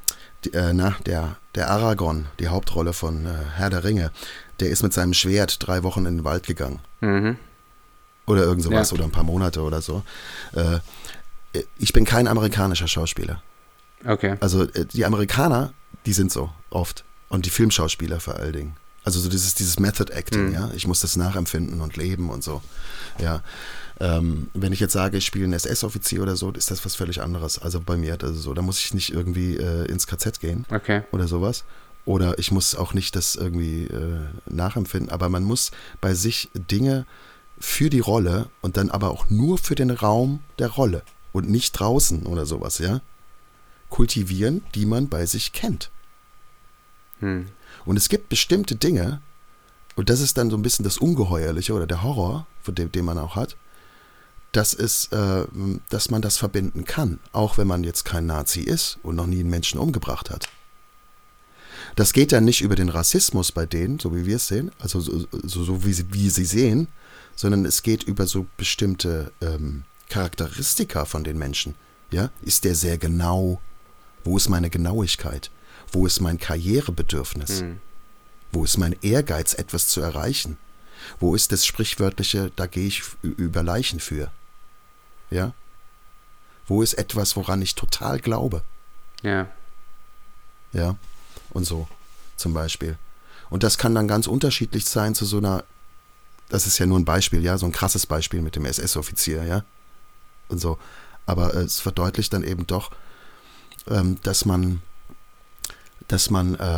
Aragorn, die Hauptrolle von Herr der Ringe, der ist mit seinem Schwert 3 Wochen in den Wald gegangen. Mhm. Oder irgend sowas, oder ein paar Monate oder so. Ich bin kein amerikanischer Schauspieler. Okay. Also die Amerikaner, die sind so oft. Und die Filmschauspieler vor allen Dingen. Also so dieses Method Acting, ja. Ich muss das nachempfinden und leben und so. Ja. Wenn ich jetzt sage, ich spiele einen SS-Offizier oder so, ist das was völlig anderes. Also bei mir, also so, da muss ich nicht irgendwie ins KZ gehen oder sowas. Oder ich muss auch nicht das irgendwie nachempfinden. Aber man muss bei sich Dinge für die Rolle und dann aber auch nur für den Raum der Rolle und nicht draußen oder sowas, ja, kultivieren, die man bei sich kennt. Und es gibt bestimmte Dinge, und das ist dann so ein bisschen das Ungeheuerliche oder der Horror, von dem man auch hat, dass man das verbinden kann, auch wenn man jetzt kein Nazi ist und noch nie einen Menschen umgebracht hat. Das geht dann nicht über den Rassismus bei denen, so wie wir es sehen, also so wie sie sehen, sondern es geht über so bestimmte Charakteristika von den Menschen. Ja? Ist der sehr genau? Wo ist meine Genauigkeit? Wo ist mein Karrierebedürfnis? Wo ist mein Ehrgeiz, etwas zu erreichen? Wo ist das Sprichwörtliche, da gehe ich über Leichen für? Ja? Wo ist etwas, woran ich total glaube? Ja. Ja, und so zum Beispiel. Und das kann dann ganz unterschiedlich sein zu so einer, das ist ja nur ein Beispiel, ja, so ein krasses Beispiel mit dem SS-Offizier, ja, und so. Aber es verdeutlicht dann eben doch, dass man das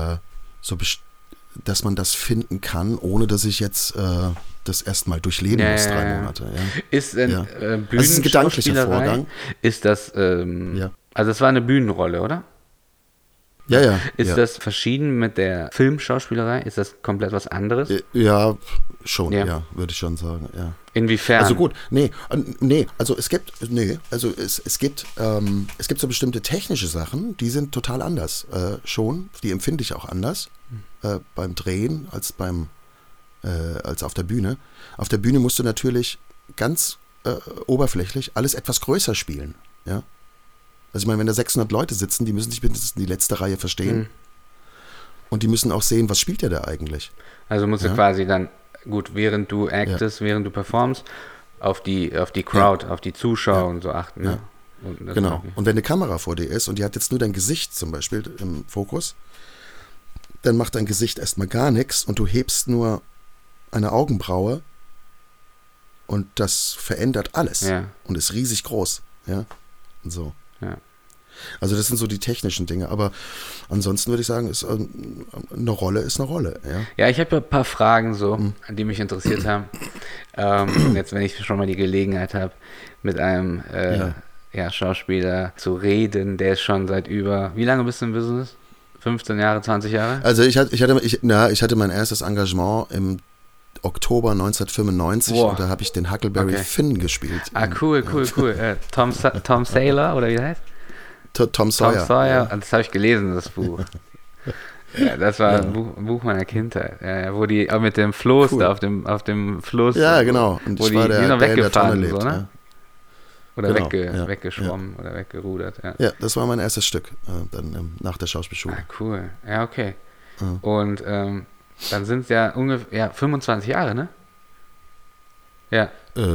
finden kann, ohne dass ich jetzt das erstmal durchleben muss, 3 Monate. Ja. Ist denn das ist ein gedanklicher Vorgang. Ist das, also es war eine Bühnenrolle, oder? Ja. Ist das verschieden mit der Filmschauspielerei? Ist das komplett was anderes? Ja, schon, ja, würde ich schon sagen, ja. Inwiefern? Also gut, es gibt so bestimmte technische Sachen, die sind total anders, schon, die empfinde ich auch anders beim Drehen als auf der Bühne. Auf der Bühne musst du natürlich ganz oberflächlich alles etwas größer spielen, ja. Also ich meine, wenn da 600 Leute sitzen, die müssen sich mindestens in die letzte Reihe verstehen. Und die müssen auch sehen, was spielt der da eigentlich. Also musst du quasi dann, gut, während du actest, während du performst, auf die Crowd, auf die Zuschauer und so achten. Ja. Und genau. Und wenn eine Kamera vor dir ist und die hat jetzt nur dein Gesicht zum Beispiel im Fokus, dann macht dein Gesicht erstmal gar nichts und du hebst nur eine Augenbraue und das verändert alles und ist riesig groß. Ja, und so. Ja. Also das sind so die technischen Dinge, aber ansonsten würde ich sagen, eine Rolle ist eine Rolle. Ja, ich habe ein paar Fragen so, die mich interessiert haben. Jetzt, wenn ich schon mal die Gelegenheit habe, mit einem Schauspieler zu reden, der ist schon seit wie lange bist du im Business? 15 Jahre, 20 Jahre? Also ich hatte mein erstes Engagement im Oktober 1995 und da habe ich den Huckleberry Finn gespielt. Cool. Tom Saylor oder wie der heißt? Tom Sawyer. Das habe ich gelesen, das Buch. Das war ein Buch meiner Kindheit, wo die auch mit dem Floß da auf dem Fluss. Ja, genau. Und wo die noch weggefahren sind, so, ne? Oder weggeschwommen oder weggerudert. Ja. Ja, das war mein erstes Stück, dann nach der Schauspielschule. Cool. Ja, okay. Und dann sind es ja ungefähr 25 Jahre, ne? Ja.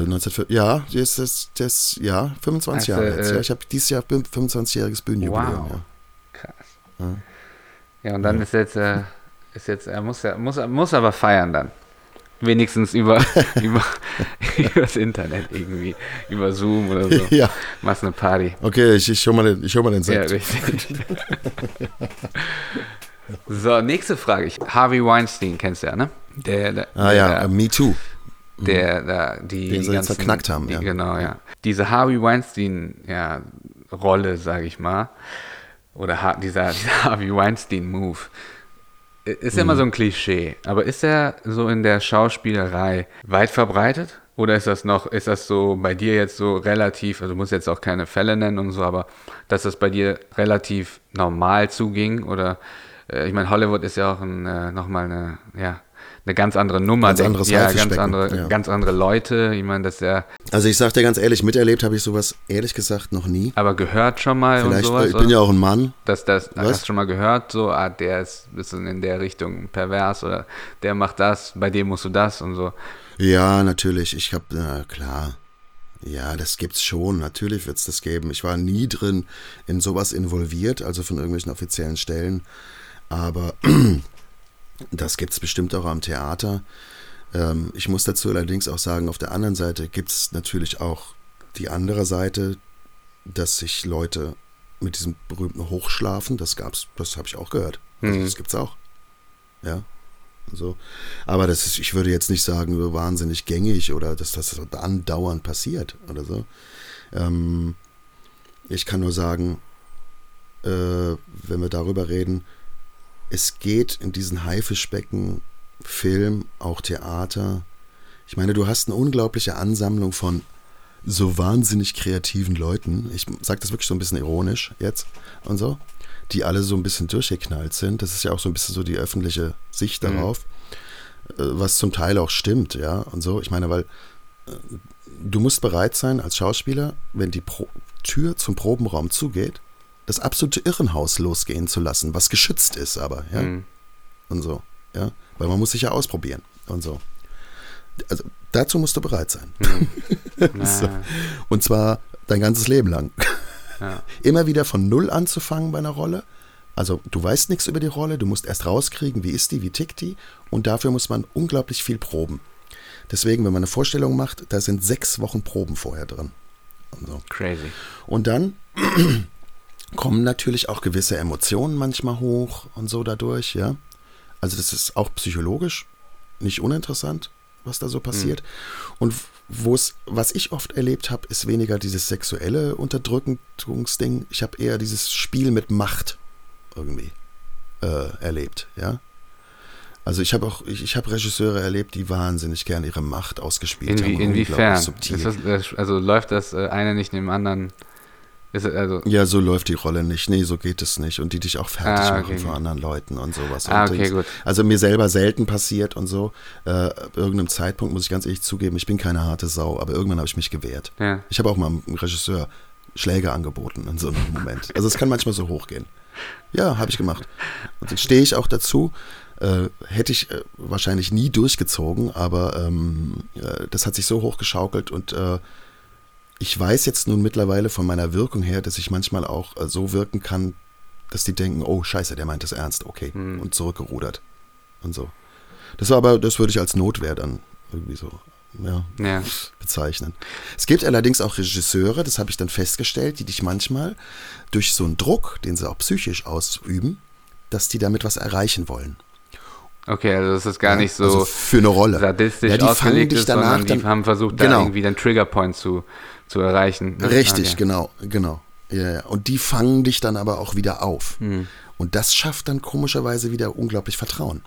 25 Jahre jetzt. Ja. Ich habe dieses Jahr 25-jähriges Bühnenjubiläum. Wow. Ja. Krass. Ja, und dann ist jetzt, er muss aber feiern dann. Wenigstens über das Internet irgendwie, über Zoom oder so. Ja. Machst eine Party. Okay, ich hol mal den Sekt. Ja, richtig. So, nächste Frage. Harvey Weinstein kennst du ja, ne? Me Too. Den sie jetzt verknackt haben. Genau, ja. Diese Harvey Weinstein, Rolle, sage ich mal, oder dieser Harvey Weinstein-Move, ist ja immer so ein Klischee, aber ist er so in der Schauspielerei weit verbreitet? Oder ist das so bei dir jetzt so relativ, also du musst jetzt auch keine Fälle nennen und so, aber dass das bei dir relativ normal zuging? Oder, ich meine, Hollywood ist ja auch nochmal eine ganz andere Nummer. Ganz anderes Haifischbecken. Ganz andere Leute. Ich meine, das ist ja... Also ich sag dir ganz ehrlich, miterlebt habe ich sowas ehrlich gesagt noch nie. Aber gehört schon mal vielleicht, und sowas? Ich bin ja auch ein Mann. Hast du schon mal gehört, so, der ist ein bisschen in der Richtung pervers oder der macht das, bei dem musst du das und so. Ja, natürlich. Klar. Ja, das gibt's schon. Natürlich wird's das geben. Ich war nie drin in sowas involviert, also von irgendwelchen offiziellen Stellen. Aber... Das gibt es bestimmt auch am Theater. Ich muss dazu allerdings auch sagen, auf der anderen Seite gibt es natürlich auch die andere Seite, dass sich Leute mit diesem berühmten Hochschlafen, das habe ich auch gehört. Also das gibt's auch. Ja. So. Aber ich würde jetzt nicht sagen, wahnsinnig gängig oder dass das andauernd passiert oder so. Ich kann nur sagen, wenn wir darüber reden, es geht in diesen Haifischbecken, Film, auch Theater. Ich meine, du hast eine unglaubliche Ansammlung von so wahnsinnig kreativen Leuten. Ich sage das wirklich so ein bisschen ironisch jetzt und so, die alle so ein bisschen durchgeknallt sind. Das ist ja auch so ein bisschen so die öffentliche Sicht darauf, was zum Teil auch stimmt, ja, und so. Ich meine, weil du musst bereit sein als Schauspieler, wenn die Tür zum Probenraum zugeht, das absolute Irrenhaus losgehen zu lassen, was geschützt ist aber, ja, und so, ja, weil man muss sich ja ausprobieren und so. Also dazu musst du bereit sein. So. Und zwar dein ganzes Leben lang. Ja. Immer wieder von Null anzufangen bei einer Rolle. Also du weißt nichts über die Rolle, du musst erst rauskriegen, wie ist die, wie tickt die, und dafür muss man unglaublich viel proben. Deswegen, wenn man eine Vorstellung macht, da sind 6 Wochen Proben vorher drin. Und so. Crazy. Und dann kommen natürlich auch gewisse Emotionen manchmal hoch und so dadurch, ja. Also das ist auch psychologisch nicht uninteressant, was da so passiert. Und was ich oft erlebt habe, ist weniger dieses sexuelle Unterdrückungsding. Ich habe eher dieses Spiel mit Macht irgendwie erlebt, ja. Also ich habe Regisseure erlebt, die wahnsinnig gerne ihre Macht ausgespielt haben. Inwiefern? Also läuft das eine nicht neben dem anderen? Ja, so läuft die Rolle nicht. Nee, so geht es nicht. Und die dich auch fertig machen von anderen Leuten und sowas. Gut. Also mir selber selten passiert und so. Irgendeinem Zeitpunkt muss ich ganz ehrlich zugeben, ich bin keine harte Sau, aber irgendwann habe ich mich gewehrt. Ja. Ich habe auch mal einem Regisseur Schläge angeboten in so einem Moment. Also es kann manchmal so hochgehen. Ja, habe ich gemacht. Und jetzt stehe ich auch dazu. Hätte ich wahrscheinlich nie durchgezogen, aber das hat sich so hochgeschaukelt und ich weiß jetzt nun mittlerweile von meiner Wirkung her, dass ich manchmal auch so wirken kann, dass die denken, oh scheiße, der meint das ernst, okay, und zurückgerudert und so. Das würde ich als Notwehr dann irgendwie so bezeichnen. Es gibt allerdings auch Regisseure, das habe ich dann festgestellt, die dich manchmal durch so einen Druck, den sie auch psychisch ausüben, dass die damit was erreichen wollen. Okay, also das ist gar nicht so also für eine Rolle. Sadistisch ausgelegt ist, sondern die haben versucht, da irgendwie den Triggerpoint zu erreichen. Ne? Richtig, genau. Ja. Und die fangen dich dann aber auch wieder auf. Und das schafft dann komischerweise wieder unglaublich Vertrauen.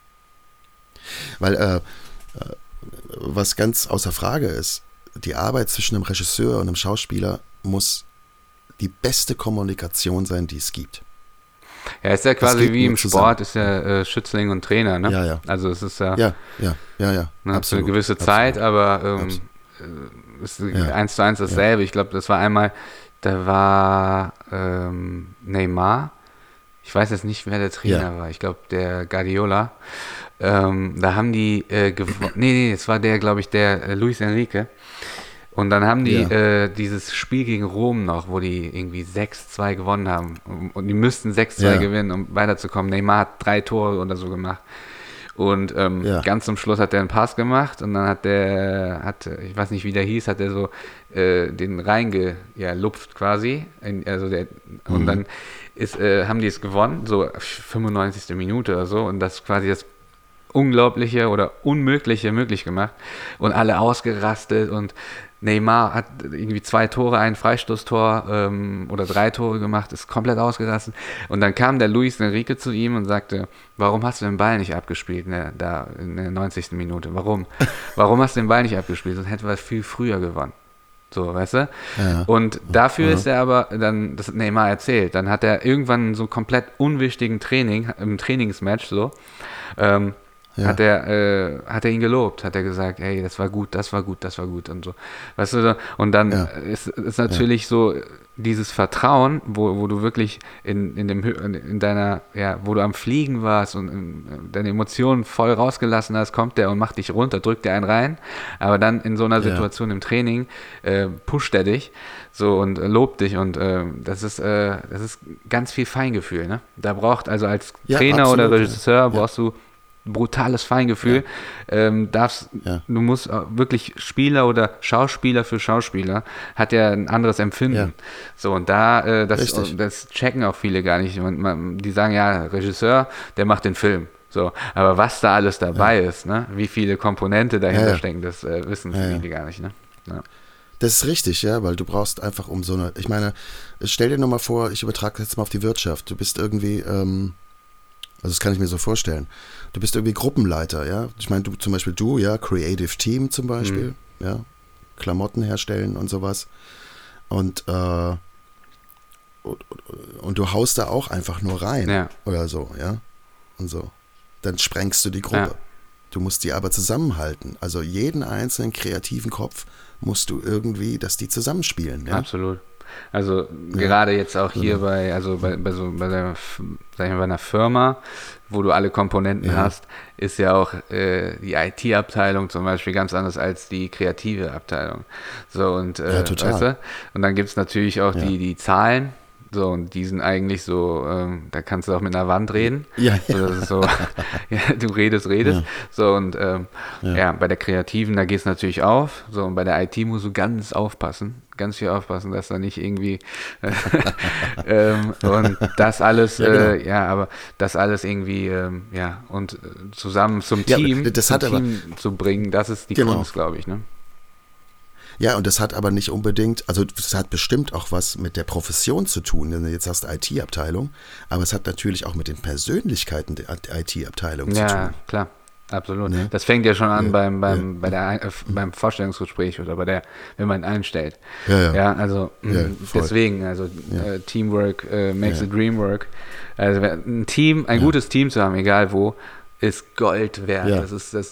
Weil was ganz außer Frage ist, die Arbeit zwischen einem Regisseur und einem Schauspieler muss die beste Kommunikation sein, die es gibt. Ja, ist ja quasi wie im Sport, ist ja Schützling und Trainer, ne? Ja. Also es ist ja. Ja. Ne, für eine gewisse Zeit, aber ist 1:1 dasselbe. Ich glaube, das war einmal, da war Neymar. Ich weiß jetzt nicht, wer der Trainer war. Ich glaube, der Guardiola. Da haben die gewonnen. Nee, es war der, glaube ich, der Luis Enrique. Und dann haben die dieses Spiel gegen Rom noch, wo die irgendwie 6:2 gewonnen haben. Und die müssten 6:2 gewinnen, um weiterzukommen. Neymar hat 3 Tore oder so gemacht. Und ganz zum Schluss hat er einen Pass gemacht und dann ich weiß nicht, wie der hieß, hat er so den reingelupft quasi. Und dann haben die es gewonnen, so 95. Minute oder so. Und das quasi das Unglaubliche oder Unmögliche möglich gemacht. Und alle ausgerastet und Neymar hat irgendwie 2 Tore, ein Freistoßtor oder 3 Tore gemacht, ist komplett ausgerastet. Und dann kam der Luis Enrique zu ihm und sagte, warum hast du den Ball nicht abgespielt da in der 90. Minute? Warum? Warum hast du den Ball nicht abgespielt? Sonst hätten wir viel früher gewonnen. So, weißt du? Ja. Und dafür ist er aber, das hat Neymar erzählt, dann hat er irgendwann so komplett unwichtigen im Trainingsmatch so, hat er ihn gelobt, hat er gesagt, hey, das war gut und so. Weißt du, und dann ist natürlich so dieses Vertrauen, wo du wirklich in deiner, wo du am Fliegen warst und deine Emotionen voll rausgelassen hast, kommt der und macht dich runter, drückt dir einen rein, aber dann in so einer Situation im Training pusht er dich so und lobt dich und das ist ganz viel Feingefühl, ne? Da braucht also als Trainer absolut, oder Regisseur brauchst du brutales Feingefühl. Du musst wirklich Spieler oder Schauspieler für Schauspieler hat ja ein anderes Empfinden. Ja. So, und das checken auch viele gar nicht. Die sagen, ja, Regisseur, der macht den Film. So, aber was da alles dabei ist, ne? Wie viele Komponente dahinter stecken, das wissen viele gar nicht, ne? Ja. Das ist richtig, weil du brauchst einfach ich meine, stell dir nochmal vor, ich übertrage das jetzt mal auf die Wirtschaft. Du bist irgendwie, also das kann ich mir so vorstellen. Du bist irgendwie Gruppenleiter, ja. Ich meine, Creative Team zum Beispiel, Klamotten herstellen und sowas. Und du haust da auch einfach nur rein oder so, ja. Und so. Dann sprengst du die Gruppe. Ja. Du musst die aber zusammenhalten. Also jeden einzelnen kreativen Kopf musst du irgendwie, dass die zusammenspielen. Ja? Absolut. Also gerade jetzt auch hier bei einer Firma, wo du alle Komponenten hast, ist ja auch die IT-Abteilung zum Beispiel ganz anders als die kreative Abteilung. So und total. Weißt du? Und dann gibt es natürlich auch die Zahlen. So, und die sind eigentlich so, da kannst du auch mit einer Wand reden. Ja. So, das ist so, du redest. Ja. So, und bei der Kreativen, da geht es natürlich auf. So, und bei der IT musst du ganz viel aufpassen, dass da nicht irgendwie und das alles, aber das alles irgendwie, und zusammen zum Team zu bringen, das ist die Kunst, glaube ich, ne? Ja, und das hat aber nicht unbedingt, also das hat bestimmt auch was mit der Profession zu tun, denn jetzt hast du IT-Abteilung, aber es hat natürlich auch mit den Persönlichkeiten der IT-Abteilung zu tun. Ja, klar, absolut. Ne? Das fängt ja schon an beim Vorstellungsgespräch oder wenn man einstellt. Also deswegen, Teamwork makes the dream work. Also ein gutes Team zu haben, egal wo, ist Gold wert. Ja.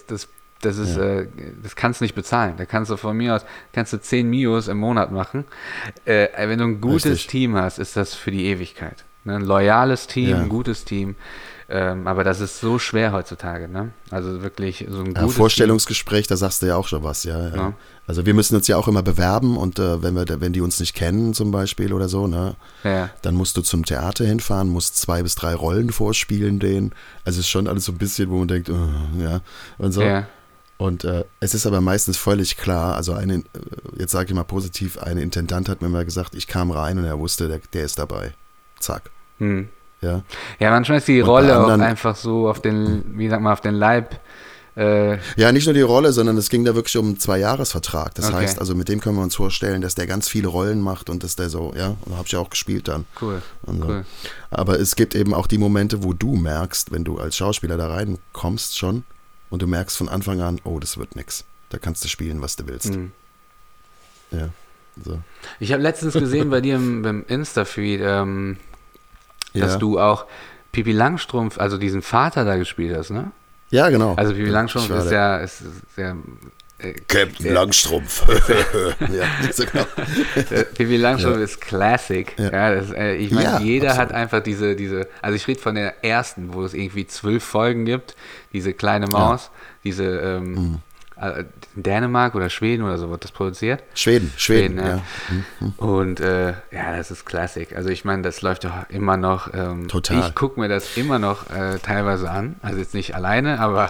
Das kannst du nicht bezahlen. Da kannst du von mir aus 10 Mios im Monat machen. Wenn du ein gutes Team hast, ist das für die Ewigkeit. Ne? Ein loyales Team, ein gutes Team. Aber das ist so schwer heutzutage. Ne? Also wirklich so ein gutes Vorstellungsgespräch, Team. Da sagst du ja auch schon was. Ja. Also wir müssen uns ja auch immer bewerben und wenn die uns nicht kennen zum Beispiel oder so, ne, dann musst du zum Theater hinfahren, musst 2 bis 3 Rollen vorspielen denen. Also es ist schon alles so ein bisschen, wo man denkt, und so. Ja. Und es ist aber meistens völlig klar, also jetzt sage ich mal positiv, ein Intendant hat mir mal gesagt, ich kam rein und er wusste, der ist dabei. Zack. Ja, manchmal ist die Rolle auch einfach so auf den Leib. Ja, nicht nur die Rolle, sondern es ging da wirklich um einen 2-Jahres-Vertrag. Das heißt, also mit dem können wir uns vorstellen, dass der ganz viele Rollen macht und dass der so, und da habe ich ja auch gespielt dann. Cool. So. Aber es gibt eben auch die Momente, wo du merkst, wenn du als Schauspieler da reinkommst schon, und du merkst von Anfang an, oh, das wird nix. Da kannst du spielen, was du willst. Ja, so. Ich habe letztens gesehen bei dir beim Insta-Feed, dass du auch Pippi Langstrumpf, also diesen Vater da gespielt hast, ne? Ja, genau. Also Pippi Langstrumpf ist Captain Langstrumpf. Ja, genau. Pippi Langstrumpf ist Classic. Ja. Ich meine, jeder absolut. Hat einfach diese, also ich rede von der ersten, wo es irgendwie 12 Folgen gibt, diese kleine Maus, diese Dänemark oder Schweden oder so wird das produziert. Schweden, ja. Und das ist Classic. Also ich meine, das läuft ja immer noch. Total. Ich gucke mir das immer noch teilweise an. Also jetzt nicht alleine, aber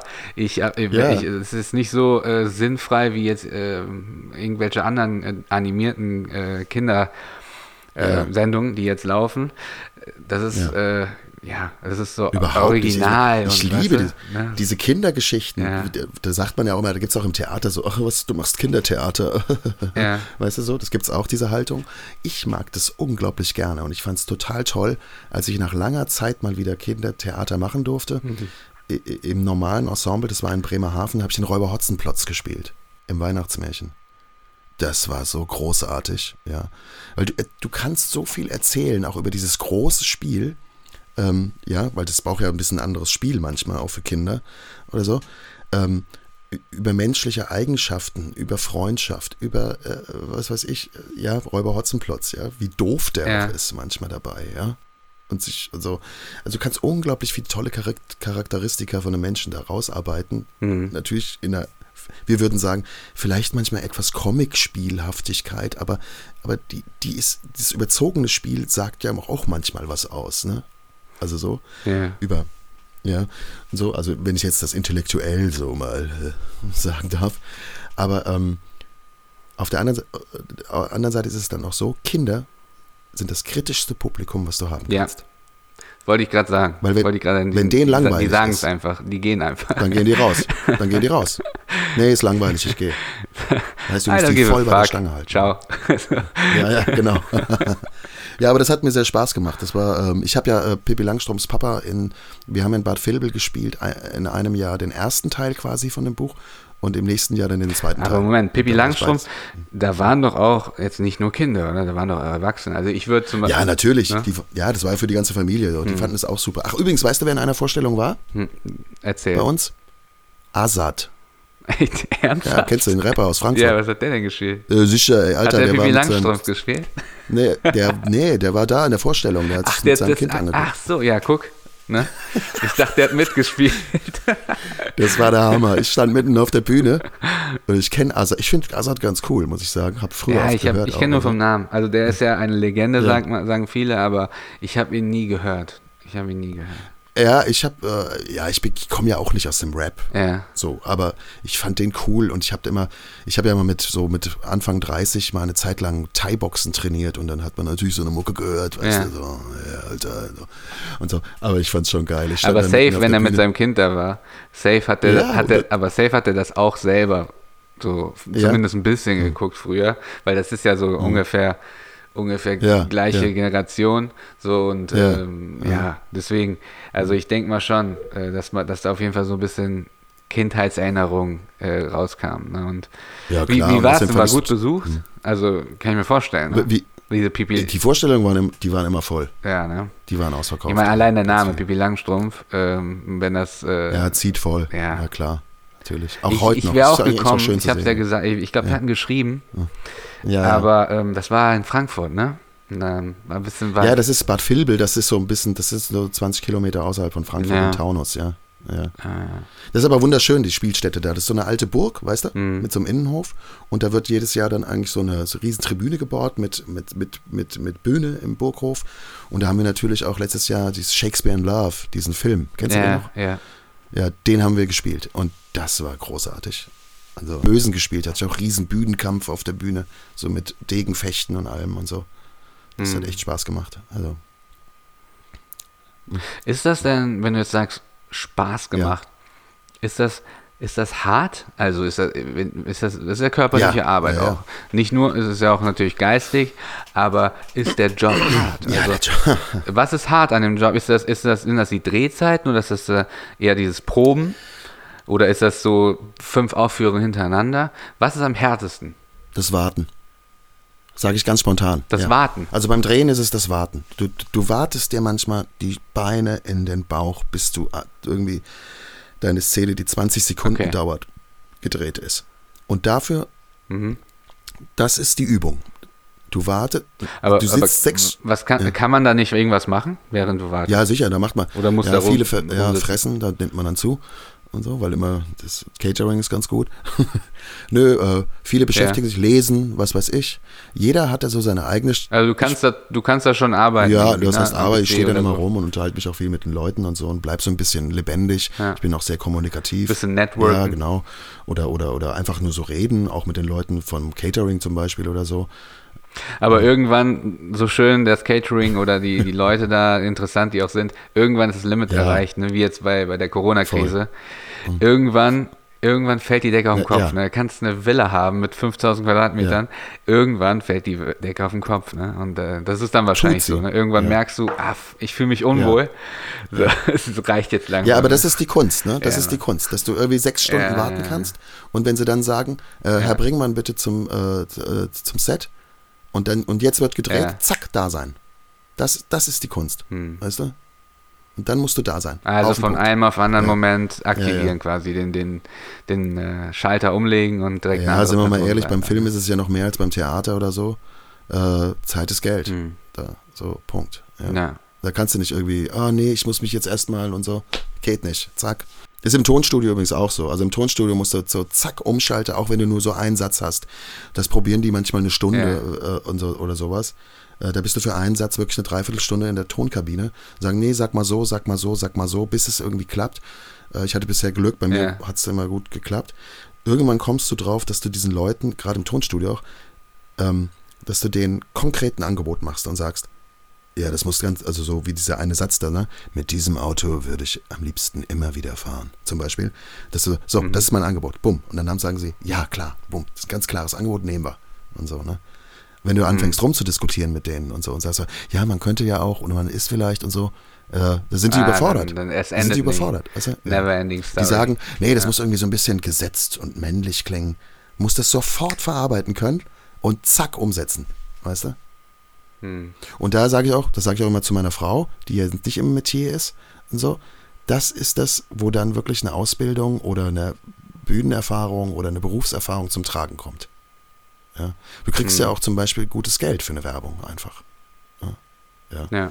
es ist nicht so sinnfrei wie jetzt irgendwelche anderen animierten Kindersendungen, die jetzt laufen. Das ist das ist so überhaupt original. Ich liebe diese Kindergeschichten. Ja. Da sagt man ja auch immer, da gibt es auch im Theater so, ach was, du machst Kindertheater. Ja. Weißt du so, das gibt es auch, diese Haltung. Ich mag das unglaublich gerne und ich fand es total toll, als ich nach langer Zeit mal wieder Kindertheater machen durfte. Im normalen Ensemble, das war in Bremerhaven, habe ich den Räuber Hotzenplotz gespielt, im Weihnachtsmärchen. Das war so großartig, ja. Weil du kannst so viel erzählen, auch über dieses große Spiel, weil das braucht ja ein bisschen anderes Spiel manchmal, auch für Kinder oder so, über menschliche Eigenschaften, über Freundschaft, über, was weiß ich, Räuber Hotzenplotz, ja, wie doof der auch ist manchmal dabei, ja. Und also du kannst unglaublich viele tolle Charakteristika von einem Menschen da rausarbeiten. Natürlich wir würden sagen, vielleicht manchmal etwas Comic-Spielhaftigkeit, aber dieses überzogene Spiel sagt ja auch manchmal was aus, ne? Also so, und so, also wenn ich jetzt das intellektuell so mal sagen darf. Aber auf der anderen Seite ist es dann auch so, Kinder sind das kritischste Publikum, was du haben kannst. Wollte ich gerade sagen. Weil wenn denen langweilig ist. Die sagen es einfach, die gehen einfach. Dann gehen die raus. Nee, ist langweilig, ich gehe. Heißt, du musst die voll bei der Stange halten. Ciao. Ja, genau. Ja, aber das hat mir sehr Spaß gemacht. Das war, ich habe ja Pippi Langstrumpfs Papa wir haben in Bad Vilbel gespielt, in einem Jahr den ersten Teil quasi von dem Buch und im nächsten Jahr dann den zweiten Teil. Aber Moment, Pippi Langstrumpf, da waren doch auch jetzt nicht nur Kinder, oder? Da waren doch Erwachsene. Also ich würde zum Beispiel... Ja, natürlich. Ne? Das war ja für die ganze Familie. Die fanden es auch super. Ach, übrigens, weißt du, wer in einer Vorstellung war? Erzähl. Bei uns? Azad. Echt? Ernsthaft? Ja, kennst du den Rapper aus Frankfurt? Ja, was hat der denn gespielt? Sicher, ey, Alter. Hat der Pippi Langstrumpf gespielt? Nee, der war da in der Vorstellung. Der hat sich mit seinem Kind angeguckt. Ach so, ja, guck. Ne? Ich dachte, der hat mitgespielt. Das war der Hammer. Ich stand mitten auf der Bühne und ich kenne Azad. Ich finde Azad ganz cool, muss ich sagen. Hab früher oft gehört. Ich kenne nur vom Namen. Also der ist ja eine Legende, sagen viele, aber ich habe ihn nie gehört. Ja, ich komme ja auch nicht aus dem Rap. Ja. So, aber ich fand den cool und ich habe ja immer mit Anfang 30 mal eine Zeit lang Thai-Boxen trainiert und dann hat man natürlich so eine Mucke gehört, weißt du, so, ja, Alter, so. Und so. Aber ich fand's schon geil. Aber safe, wenn er mit seinem Kind da war, safe hat er das auch selber so zumindest ein bisschen geguckt früher, weil das ist ja so ungefähr gleiche Generation, so und deswegen, also ich denke mal schon, dass da auf jeden Fall so ein bisschen Kindheitserinnerung rauskam. Ne? Und wie war es? War gut besucht? Also kann ich mir vorstellen. Ne? Diese Pippi. Die Vorstellungen waren immer voll. Ja, ne? Die waren ausverkauft. Ich meine, allein der Name Pippi Langstrumpf, wenn das... zieht voll. Ja, klar. Natürlich. Auch heute noch. Ich wäre auch gekommen, ich habe es ja gesagt, ich glaube, wir hatten geschrieben, aber das war in Frankfurt, ne? War ein bisschen weit. Ja, das ist Bad Vilbel, das ist so 20 Kilometer außerhalb von Frankfurt im Taunus, ja. Das ist aber wunderschön, die Spielstätte da. Das ist so eine alte Burg, weißt du, mit so einem Innenhof. Und da wird jedes Jahr dann eigentlich so eine riesen Tribüne gebaut mit Bühne im Burghof. Und da haben wir natürlich auch letztes Jahr dieses Shakespeare in Love, diesen Film. Kennst du den noch? Ja. Ja, den haben wir gespielt. Und das war großartig. Also Bösen gespielt, hatte ich auch riesen Bühnenkampf auf der Bühne, so mit Degenfechten und allem und so. Das hat echt Spaß gemacht. Also. Ist das denn, wenn du jetzt sagst, Spaß gemacht, ist das hart? Also ist das ja körperliche Arbeit auch. Nicht nur, ist es ja auch natürlich geistig, aber ist der Job hart? Ja, also, was ist hart an dem Job? Sind das die Drehzeiten oder ist das eher dieses Proben? Oder ist das so 5 Aufführungen hintereinander? Was ist am härtesten? Das Warten. Sage ich ganz spontan. Das Warten? Also beim Drehen ist es das Warten. Du wartest dir manchmal die Beine in den Bauch, bis du irgendwie deine Szene, die 20 Sekunden dauert, gedreht ist. Und dafür, das ist die Übung. Du wartest, aber sitzt 6... Kann man da nicht irgendwas machen, während du wartest? Ja, sicher, da macht man... Oder muss da viele fressen, da nimmt man dann zu und so, weil immer das Catering ist ganz gut. Viele beschäftigen sich, lesen, was weiß ich. Jeder hat da so seine eigene... Also du kannst da schon arbeiten. Ja, das heißt aber, ich stehe dann immer rum und unterhalte mich auch viel mit den Leuten und so und bleib so ein bisschen lebendig. Ja. Ich bin auch sehr kommunikativ. Bisschen Networking. Ja, genau. Oder einfach nur so reden, auch mit den Leuten vom Catering zum Beispiel oder so. Aber irgendwann, so schön das Catering oder die Leute da, interessant die auch sind, irgendwann ist das Limit erreicht, ne? Wie jetzt bei der Corona-Krise. Irgendwann fällt die Decke auf den Kopf. Ja. Ne? Du kannst eine Villa haben mit 5000 Quadratmetern, irgendwann fällt die Decke auf den Kopf. Ne? Und das ist dann wahrscheinlich so. Ne? Irgendwann merkst du, ich fühle mich unwohl. Ja. So, es reicht jetzt langsam. Ja, aber das ist die Kunst, ne? Das ist die Kunst, dass du irgendwie 6 Stunden warten kannst und wenn sie dann sagen, Herr Bringmann, bitte zum Set, und jetzt wird gedreht, zack, da sein. Das ist die Kunst, weißt du? Und dann musst du da sein. Also von einem auf anderen Moment aktivieren quasi, den Schalter umlegen und direkt Ja, sind wir mal ehrlich, beim Film ist es ja noch mehr als beim Theater oder so. Zeit ist Geld. Da, so, Punkt. Ja. Da kannst du nicht irgendwie, nee, ich muss mich jetzt erstmal und so. Geht nicht. Zack. Ist im Tonstudio übrigens auch so. Also im Tonstudio musst du so zack umschalten, auch wenn du nur so einen Satz hast. Das probieren die manchmal eine Stunde und so, oder sowas. Da bist du für einen Satz wirklich eine Dreiviertelstunde in der Tonkabine. Sagen, nee, sag mal so, bis es irgendwie klappt. Ich hatte bisher Glück, bei mir hat es immer gut geklappt. Irgendwann kommst du drauf, dass du diesen Leuten, gerade im Tonstudio auch, dass du denen konkreten Angebot machst und sagst, ja, das muss also so wie dieser eine Satz da, ne? Mit diesem Auto würde ich am liebsten immer wieder fahren. Zum Beispiel. Das ist mein Angebot. Bumm. Und dann sagen sie, ja, klar, bumm. Das ist ein ganz klares Angebot, nehmen wir. Und so, ne? Wenn du anfängst rumzudiskutieren mit denen und so und sagst, ja, man könnte ja auch und man ist vielleicht und so, da sind die überfordert. Dann sind die überfordert. Weißt du? Never-ending Story. Die sagen, nee, das muss irgendwie so ein bisschen gesetzt und männlich klingen. Muss das sofort verarbeiten können und zack, umsetzen. Weißt du? Und das sage ich auch immer zu meiner Frau, die ja nicht im Metier ist und so, das ist das, wo dann wirklich eine Ausbildung oder eine Bühnenerfahrung oder eine Berufserfahrung zum Tragen kommt. Ja? Du kriegst ja auch zum Beispiel gutes Geld für eine Werbung einfach. Ja.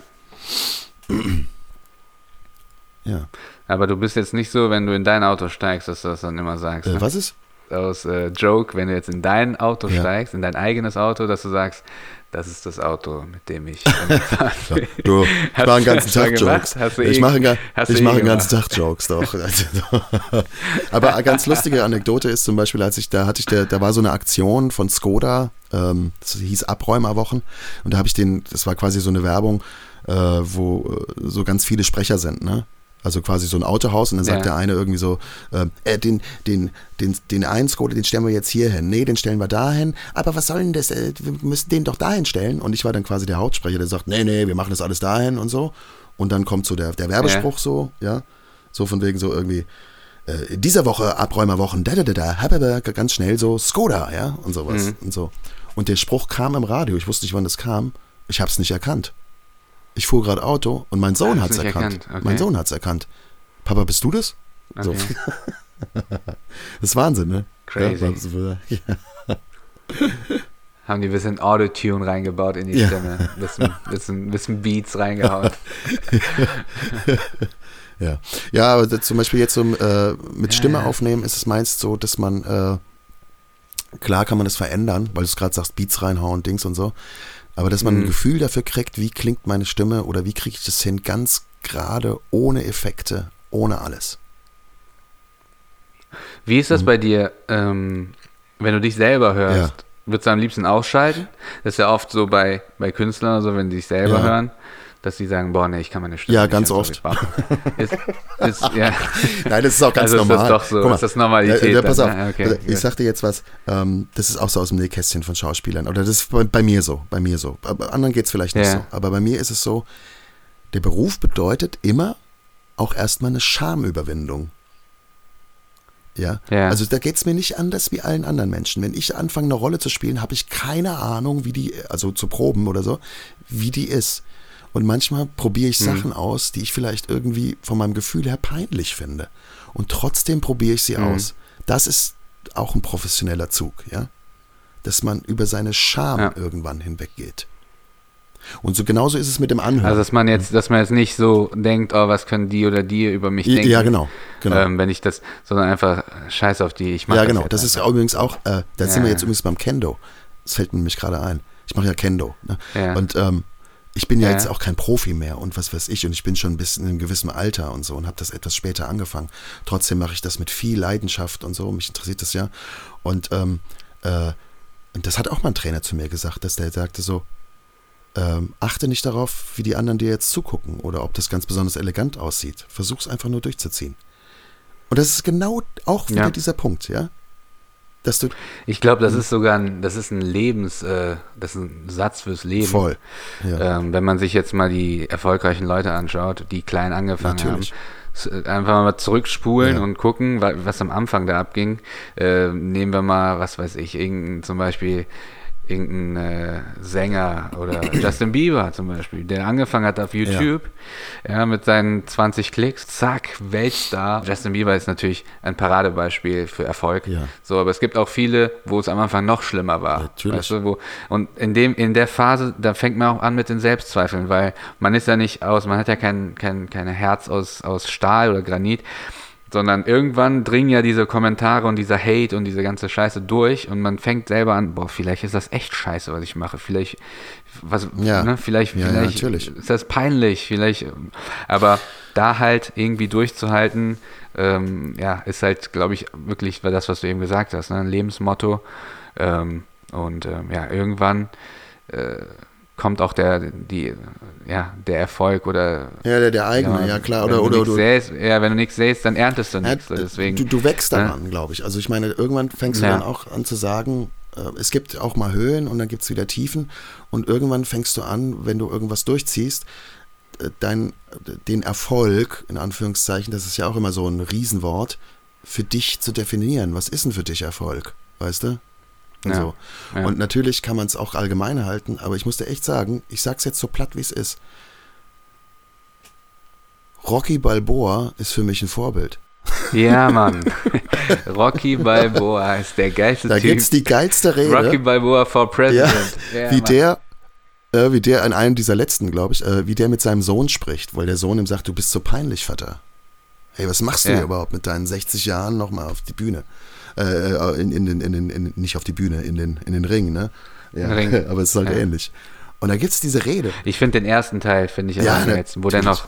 Ja. Aber du bist jetzt nicht so, wenn du in dein Auto steigst, dass du das dann immer sagst. Ne? Was ist? Aus Joke, wenn du jetzt in dein Auto steigst, in dein eigenes Auto, dass du sagst, das ist das Auto, mit dem ich fahren will. Du, ich mache einen ganzen Tag Jokes. Ich mache einen ganzen Tag Jokes, doch. Aber eine ganz lustige Anekdote ist zum Beispiel, da war so eine Aktion von Skoda, das hieß Abräumerwochen, und da habe ich das war quasi so eine Werbung, wo so ganz viele Sprecher sind, ne? Also quasi so ein Autohaus und dann sagt der eine irgendwie so, den einen Skoda, den stellen wir jetzt hier hin. Nee, den stellen wir da hin. Aber was soll denn das? Wir müssen den doch dahin stellen. Und ich war dann quasi der Hauptsprecher, der sagt, nee, wir machen das alles dahin und so. Und dann kommt so der Werbespruch so, ja. So von wegen so irgendwie, in dieser Woche Abräumerwochen, ganz schnell so, Skoda, ja, und sowas und so. Und der Spruch kam im Radio. Ich wusste nicht, wann das kam. Ich habe es nicht erkannt. Ich fuhr gerade Auto und mein Sohn hat es erkannt. Okay. Mein Sohn hat es erkannt. Papa, bist du das? Okay. So. Das ist Wahnsinn, ne? Crazy. Ja. Haben die ein bisschen Auto-Tune reingebaut in die Stimme. Bisschen Beats reingehauen. Ja, aber zum Beispiel jetzt so mit Stimme aufnehmen ist es meist so, dass man, klar kann man das verändern, weil du es gerade sagst, Beats reinhauen, Dings und so. Aber dass man ein Gefühl dafür kriegt, wie klingt meine Stimme oder wie kriege ich das hin, ganz gerade, ohne Effekte, ohne alles. Wie ist das bei dir, wenn du dich selber hörst? Würdest du am liebsten ausschalten? Das ist ja oft so bei Künstlern, also wenn die sich selber hören, dass sie sagen, boah, nee, ich kann meine Stimme nicht. Ja, ganz oft. Nein, das ist auch ganz normal. Ist das doch so? Guck mal, ist das Normalität? Pass auf, okay, ich sag dir jetzt was, das ist auch so aus dem Nähkästchen von Schauspielern. Oder das ist bei mir so. Bei anderen geht es vielleicht nicht so. Aber bei mir ist es so, der Beruf bedeutet immer auch erstmal eine Schamüberwindung. Ja? Also da geht es mir nicht anders wie allen anderen Menschen. Wenn ich anfange, eine Rolle zu spielen, habe ich keine Ahnung, wie die, also zu proben oder so, wie die ist. Und manchmal probiere ich Sachen aus, die ich vielleicht irgendwie von meinem Gefühl her peinlich finde. Und trotzdem probiere ich sie aus. Das ist auch ein professioneller Zug, ja. Dass man über seine Scham irgendwann hinweggeht. Und so genauso ist es mit dem Anhören. Also dass man jetzt nicht so denkt, oh, was können die oder die über mich denken. Ja, genau. Wenn ich das, sondern einfach scheiß auf die, ich mache das. Ja, genau. Das ist übrigens auch, da sind wir jetzt übrigens beim Kendo. Das fällt mir nämlich gerade ein. Ich mache ja Kendo. Ne? Ja. Und ich bin ja jetzt auch kein Profi mehr und was weiß ich. Und ich bin schon ein bisschen in einem gewissen Alter und so und habe das etwas später angefangen. Trotzdem mache ich das mit viel Leidenschaft und so. Mich interessiert das ja. Und das hat auch mal ein Trainer zu mir gesagt, dass der sagte so, achte nicht darauf, wie die anderen dir jetzt zugucken oder ob das ganz besonders elegant aussieht. Versuch's einfach nur durchzuziehen. Und das ist genau auch wieder dieser Punkt, ja? Dass du, ich glaube, das ist sogar das ist ein Satz fürs Leben. Voll. Ja. Wenn man sich jetzt mal die erfolgreichen Leute anschaut, die klein angefangen haben. Einfach mal zurückspulen und gucken, was am Anfang da abging. Nehmen wir mal, was weiß ich, zum Beispiel irgendein Sänger oder Justin Bieber zum Beispiel, der angefangen hat auf YouTube, mit seinen 20 Klicks, zack, Weltstar. Justin Bieber ist natürlich ein Paradebeispiel für Erfolg. Ja. So, aber es gibt auch viele, wo es am Anfang noch schlimmer war. Natürlich. Weißt du, und in der Phase, da fängt man auch an mit den Selbstzweifeln, weil man ist ja nicht man hat ja kein Herz aus Stahl oder Granit, sondern irgendwann dringen ja diese Kommentare und dieser Hate und diese ganze Scheiße durch und man fängt selber an, vielleicht ist das echt scheiße, was ich mache, vielleicht ist das peinlich, aber da halt irgendwie durchzuhalten, ist halt, glaube ich, wirklich das, was du eben gesagt hast, ne? Ein Lebensmotto, irgendwann kommt auch der Erfolg oder der eigene, ja klar, wenn du nichts säst, dann erntest du nichts. Deswegen, du wächst daran, glaube ich. Also ich meine, irgendwann fängst du dann auch an zu sagen, es gibt auch mal Höhen und dann gibt es wieder Tiefen und irgendwann fängst du an, wenn du irgendwas durchziehst, den Erfolg, in Anführungszeichen, das ist ja auch immer so ein Riesenwort, für dich zu definieren. Was ist denn für dich Erfolg? Weißt du? So. Ja. Und natürlich kann man es auch allgemein halten, aber ich muss dir echt sagen, ich sag's jetzt so platt, wie es ist. Rocky Balboa ist für mich ein Vorbild. Ja, Mann. Rocky Balboa ist der geilste Typ. Da gibt's die geilste Rede. Rocky Balboa for President. Ja, wie der in einem dieser letzten, glaube ich, wie der mit seinem Sohn spricht, weil der Sohn ihm sagt, du bist so peinlich, Vater. Hey, was machst du hier überhaupt mit deinen 60 Jahren nochmal auf die Bühne? Nicht auf die Bühne, in den Ring, ne? Ja, Ring. Aber es ist halt ähnlich. Und da gibt's diese Rede. Ich finde den ersten Teil, am letzten, wo der noch,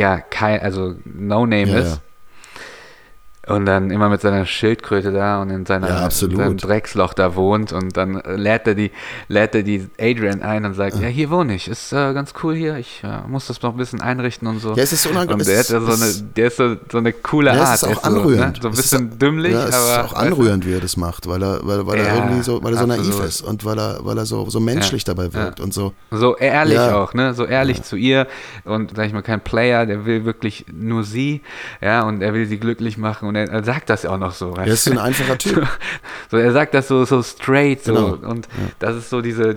No-Name ist. Und dann immer mit seiner Schildkröte da und in seinem Drecksloch da wohnt und dann lädt er die Adrian ein und sagt, hier wohne ich, ist ganz cool hier, ich muss das noch ein bisschen einrichten und so. Ja, es ist unangenehm. Und der ist so eine coole Art. Es ist auch anrührend. So ein bisschen dümmlich, ja, es aber... Es ist auch anrührend, wie er das macht, weil er irgendwie so, weil er so naiv ist und weil er so menschlich dabei wirkt und so. So ehrlich auch, ne, so ehrlich zu ihr und, sag ich mal, kein Player, der will wirklich nur sie, und er will sie glücklich machen und er sagt das ja auch noch so. Er ist so ein einfacher Typ. So, er sagt das so straight, so. Genau. Und das ist so dieses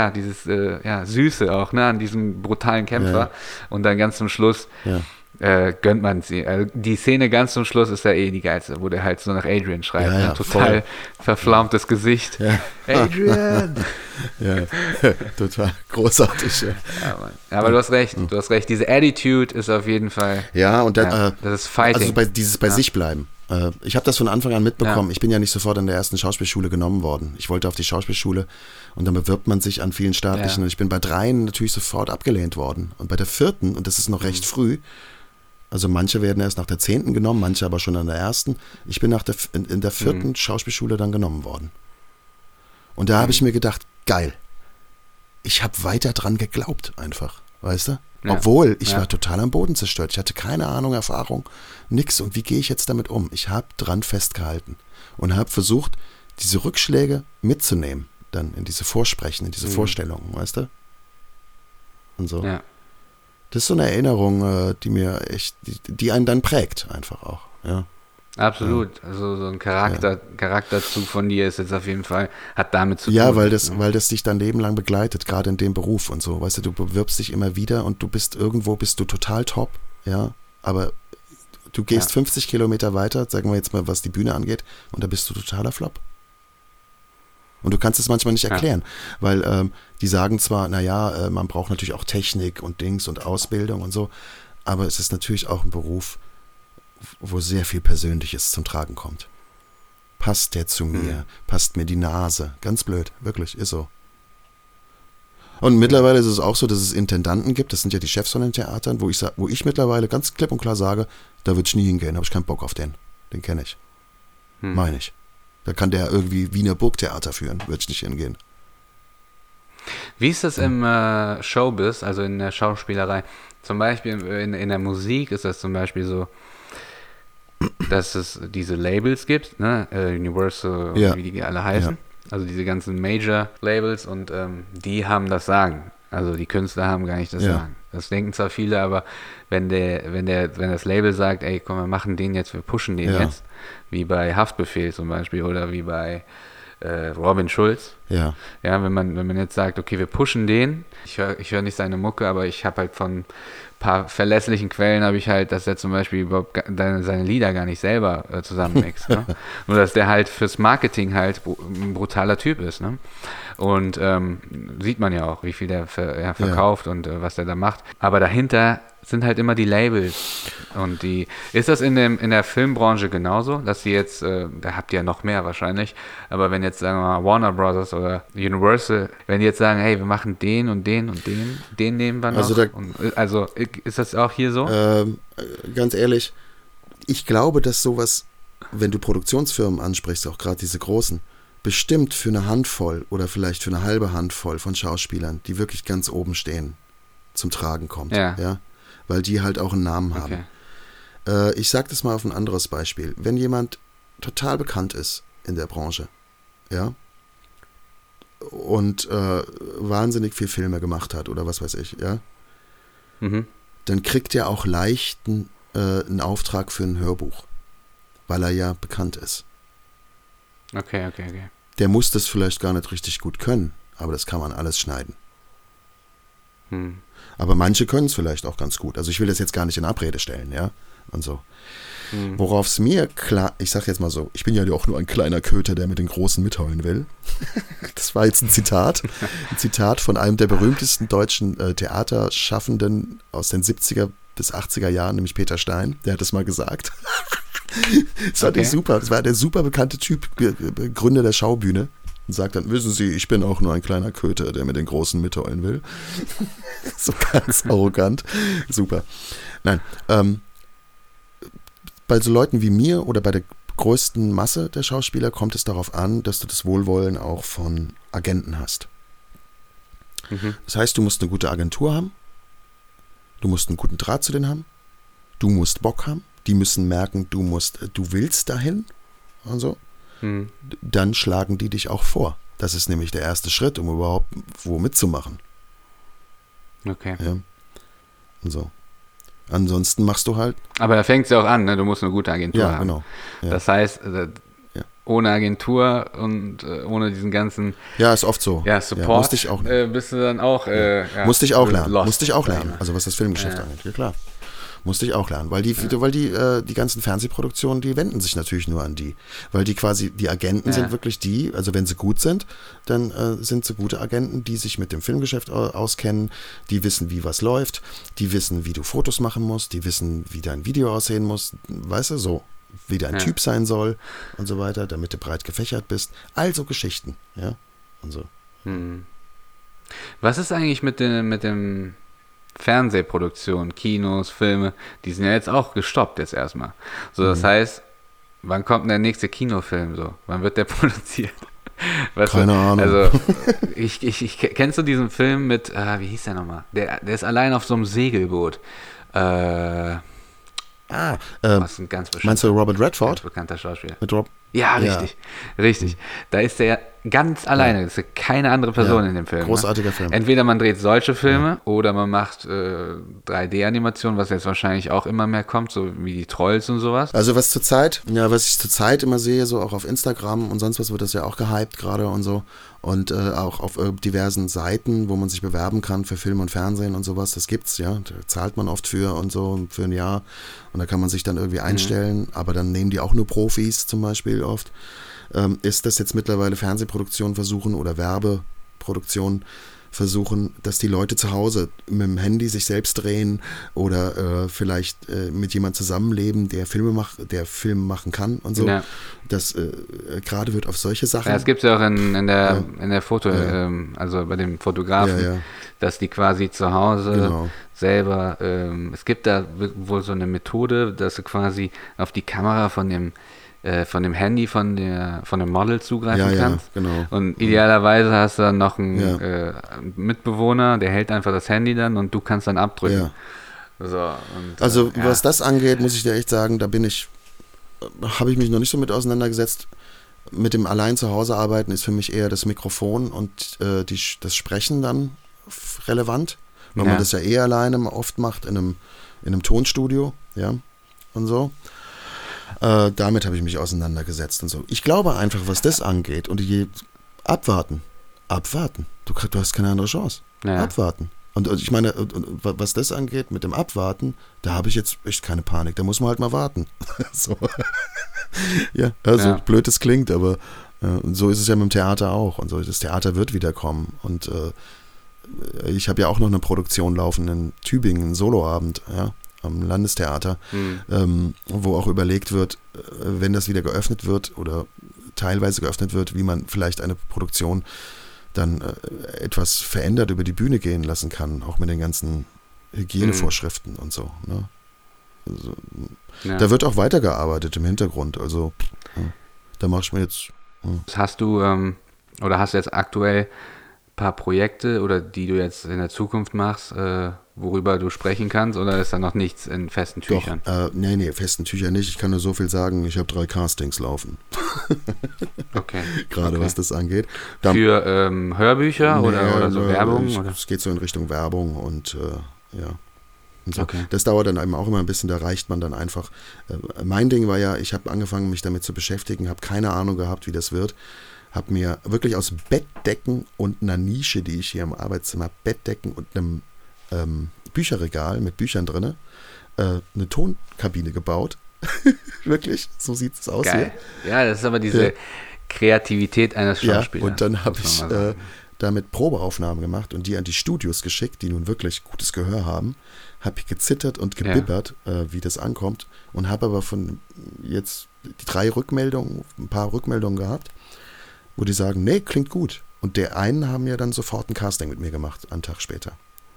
Süße auch, ne, an diesem brutalen Kämpfer. Ja. Und dann ganz zum Schluss gönnt man sie. Die Szene ganz zum Schluss ist ja die geilste, wo der halt so nach Adrian schreibt. Ja, total verflaumtes Gesicht. Ja. Adrian! Total großartig. Ja. Aber du hast recht, Diese Attitude ist auf jeden Fall. Ja, und das ist Fighting. Also dieses bei sich bleiben. Ich habe das von Anfang an mitbekommen. Ja. Ich bin ja nicht sofort an der ersten Schauspielschule genommen worden. Ich wollte auf die Schauspielschule und dann bewirbt man sich an vielen staatlichen. Und ich bin bei 3 natürlich sofort abgelehnt worden. Und bei der 4., und das ist noch recht früh, also manche werden erst nach der 10. genommen, manche aber schon an der 1. Ich bin in der 4. Schauspielschule dann genommen worden. Und da habe ich mir gedacht, geil. Ich habe weiter dran geglaubt einfach, weißt du? Ja. Obwohl, ich war total am Boden zerstört. Ich hatte keine Ahnung, Erfahrung, nix. Und wie gehe ich jetzt damit um? Ich habe dran festgehalten und habe versucht, diese Rückschläge mitzunehmen, dann in diese Vorsprechen, in diese Vorstellungen, weißt du? Und so. Ja. Das ist so eine Erinnerung, die mir echt, die einen dann prägt, einfach auch, ja. Absolut, also so ein Charakterzug von dir ist jetzt auf jeden Fall, hat damit zu tun. Ja, weil das dich dein Leben lang begleitet, gerade in dem Beruf und so, weißt du bewirbst dich immer wieder und bist du total top, aber Du gehst 50 Kilometer weiter, sagen wir jetzt mal, was die Bühne angeht, und da bist du totaler Flop. Und du kannst es manchmal nicht erklären, weil die sagen zwar, naja, man braucht natürlich auch Technik und Dings und Ausbildung und so, aber es ist natürlich auch ein Beruf, wo sehr viel Persönliches zum Tragen kommt. Passt der zu mir? Passt mir die Nase? Ganz blöd, wirklich, ist so. Und mittlerweile ist es auch so, dass es Intendanten gibt, das sind ja die Chefs von den Theatern, wo ich mittlerweile ganz klipp und klar sage, da würde ich nie hingehen, habe ich keinen Bock auf den. Den kenne ich. Meine ich. Da kann der irgendwie Wiener Burgtheater führen, würde ich nicht hingehen. Wie ist das im Showbiz, also in der Schauspielerei? Zum Beispiel in der Musik ist das zum Beispiel so, dass es diese Labels gibt, ne? Universal, wie die alle heißen. Ja. Also diese ganzen Major-Labels und die haben das Sagen. Also die Künstler haben gar nicht das Sagen. Das denken zwar viele, aber wenn das Label sagt, ey, komm, wir machen den jetzt, wir pushen den jetzt, wie bei Haftbefehl zum Beispiel oder wie bei Robin Schulz. Ja, wenn man jetzt sagt, okay, wir pushen den, ich hör nicht seine Mucke, aber ich habe halt von ein paar verlässlichen Quellen habe ich halt, dass er zum Beispiel überhaupt seine Lieder gar nicht selber zusammenmixt. Ne? Nur, dass der halt fürs Marketing halt ein brutaler Typ ist. Ne? Und sieht man ja auch, wie viel der verkauft und was der da macht. Aber dahinter sind halt immer die Labels. Und ist das in der Filmbranche genauso, dass die jetzt, da habt ihr ja noch mehr wahrscheinlich, aber wenn jetzt, sagen wir mal, Warner Brothers oder Universal, wenn die jetzt sagen, hey, wir machen den und den und den nehmen wir noch. Also ist das auch hier so? Ganz ehrlich, ich glaube, dass sowas, wenn du Produktionsfirmen ansprichst, auch gerade diese großen, bestimmt für eine Handvoll oder vielleicht für eine halbe Handvoll von Schauspielern, die wirklich ganz oben stehen, zum Tragen kommt. Ja? Weil die halt auch einen Namen haben. Okay. Ich sage das mal auf ein anderes Beispiel. Wenn jemand total bekannt ist in der Branche, ja, und wahnsinnig viel Filme gemacht hat oder was weiß ich, ja, dann kriegt er auch leicht einen Auftrag für ein Hörbuch, weil er ja bekannt ist. Okay. Der muss das vielleicht gar nicht richtig gut können, aber das kann man alles schneiden. Aber manche können es vielleicht auch ganz gut. Also ich will das jetzt gar nicht in Abrede stellen, ja, und so. Worauf es mir klar, ich sag jetzt mal so, ich bin ja auch nur ein kleiner Köter, der mit den Großen mitheulen will. Das war jetzt ein Zitat von einem der berühmtesten deutschen Theaterschaffenden aus den 70er bis 80er Jahren, nämlich Peter Stein, der hat das mal gesagt. Das war das war der super bekannte Typ, Gründer der Schaubühne. Und sagt dann, wissen Sie, ich bin auch nur ein kleiner Köter, der mit den Großen mitheulen will. So ganz arrogant. Super. Nein, bei so Leuten wie mir oder bei der größten Masse der Schauspieler kommt es darauf an, dass du das Wohlwollen auch von Agenten hast. Das heißt, du musst eine gute Agentur haben, du musst einen guten Draht zu denen haben, du musst Bock haben, die müssen merken, du willst dahin und so. Dann schlagen die dich auch vor. Das ist nämlich der erste Schritt, um überhaupt wo mitzumachen. Okay. Ja. Und so. Ansonsten machst du halt... Aber da fängt es ja auch an, ne? Du musst eine gute Agentur haben. Genau. Ja. Das heißt, ohne Agentur und ohne diesen ganzen... Ja, ist oft so. Ja, Support musste ich auch, bist du dann auch... musste ich auch lernen. Musste ich auch lernen. Also was das Filmgeschäft angeht. Ja, klar. Musste ich auch lernen, weil die ganzen Fernsehproduktionen, die wenden sich natürlich nur an die, weil die quasi, die Agenten sind wirklich die, also wenn sie gut sind, dann sind sie gute Agenten, die sich mit dem Filmgeschäft auskennen, die wissen, wie was läuft, die wissen, wie du Fotos machen musst, die wissen, wie dein Video aussehen muss, weißt du, so, wie dein Typ sein soll und so weiter, damit du breit gefächert bist, also Geschichten, ja, und so. Was ist eigentlich mit dem Fernsehproduktion, Kinos, Filme, die sind ja jetzt auch gestoppt jetzt erstmal. So, das heißt, wann kommt denn der nächste Kinofilm so? Wann wird der produziert? Keine Ahnung. Also, kennst du diesen Film mit, wie hieß der nochmal? Der ist allein auf so einem Segelboot. Was ein ganz meinst du Robert Redford? Ganz bekannter Schauspieler. Ja, richtig. Richtig. Da ist er ganz alleine. Das ist keine andere Person in dem Film. Großartiger Film. Entweder man dreht solche Filme oder man macht 3D-Animationen, was jetzt wahrscheinlich auch immer mehr kommt, so wie die Trolls und sowas. Also was ich zurzeit immer sehe, so auch auf Instagram und sonst was wird das ja auch gehypt gerade und so. Und auch auf diversen Seiten, wo man sich bewerben kann für Film und Fernsehen und sowas, das gibt's, ja. Da zahlt man oft für und so, für ein Jahr. Und da kann man sich dann irgendwie einstellen, aber dann nehmen die auch nur Profis zum Beispiel oft. Ist das jetzt mittlerweile Fernsehproduktionen versuchen oder Werbeproduktionen versuchen, dass die Leute zu Hause mit dem Handy sich selbst drehen oder vielleicht mit jemand zusammenleben, der Filme machen kann und so. Ja. Das gerade wird auf solche Sachen. Ja, es gibt ja auch in der Foto, also bei dem Fotografen, dass die quasi zu Hause selber, es gibt da wohl so eine Methode, dass du quasi auf die Kamera von dem Handy von dem Model zugreifen kannst. Ja, genau. Und idealerweise hast du dann noch einen Mitbewohner, der hält einfach das Handy dann und du kannst dann abdrücken. Ja. So, und, also was das angeht, muss ich dir echt sagen, da habe ich mich noch nicht so mit auseinandergesetzt. Mit dem allein zu Hause arbeiten ist für mich eher das Mikrofon und das Sprechen dann relevant, weil man das ja alleine oft macht in einem Tonstudio, ja, und so. Damit habe ich mich auseinandergesetzt und so. Ich glaube einfach, was das angeht und abwarten. Du hast keine andere Chance. Ja. Abwarten. Und ich meine, was das angeht mit dem Abwarten, da habe ich jetzt echt keine Panik. Da muss man halt mal warten. So. Ja, also blöd es klingt, aber so ist es ja mit dem Theater auch. Und so, das Theater wird wiederkommen. Und ich habe ja auch noch eine Produktion laufen in Tübingen, einen Soloabend, ja, am Landestheater, wo auch überlegt wird, wenn das wieder geöffnet wird oder teilweise geöffnet wird, wie man vielleicht eine Produktion dann etwas verändert über die Bühne gehen lassen kann, auch mit den ganzen Hygienevorschriften und so. Ne? Also, da wird auch weitergearbeitet im Hintergrund. Also da mache ich mir jetzt... Hast du hast du jetzt aktuell ein paar Projekte oder die du jetzt in der Zukunft machst, worüber du sprechen kannst, oder ist da noch nichts in festen Tüchern? Doch, nee, festen Tüchern nicht. Ich kann nur so viel sagen, ich habe 3 Castings laufen. Okay. Gerade was das angeht. Für Hörbücher oder so Werbung? Es geht so in Richtung Werbung und Und so. Okay. Das dauert dann eben auch immer ein bisschen, da reicht man dann einfach. Mein Ding war ja, ich habe angefangen, mich damit zu beschäftigen, habe keine Ahnung gehabt, wie das wird. Habe mir wirklich aus Bettdecken und einer Nische, die ich hier im Arbeitszimmer habe, Bettdecken und einem Bücherregal mit Büchern drin, eine Tonkabine gebaut. Wirklich, so sieht es aus. Geil. Hier. Ja, das ist aber diese Kreativität eines Schauspielers. Ja, und dann habe ich damit Probeaufnahmen gemacht und die an die Studios geschickt, die nun wirklich gutes Gehör haben. Habe ich gezittert und gebibbert, wie das ankommt, und habe aber von jetzt die 3 Rückmeldungen, ein paar Rückmeldungen gehabt, wo die sagen, nee, klingt gut. Und der einen haben ja dann sofort ein Casting mit mir gemacht, einen Tag später.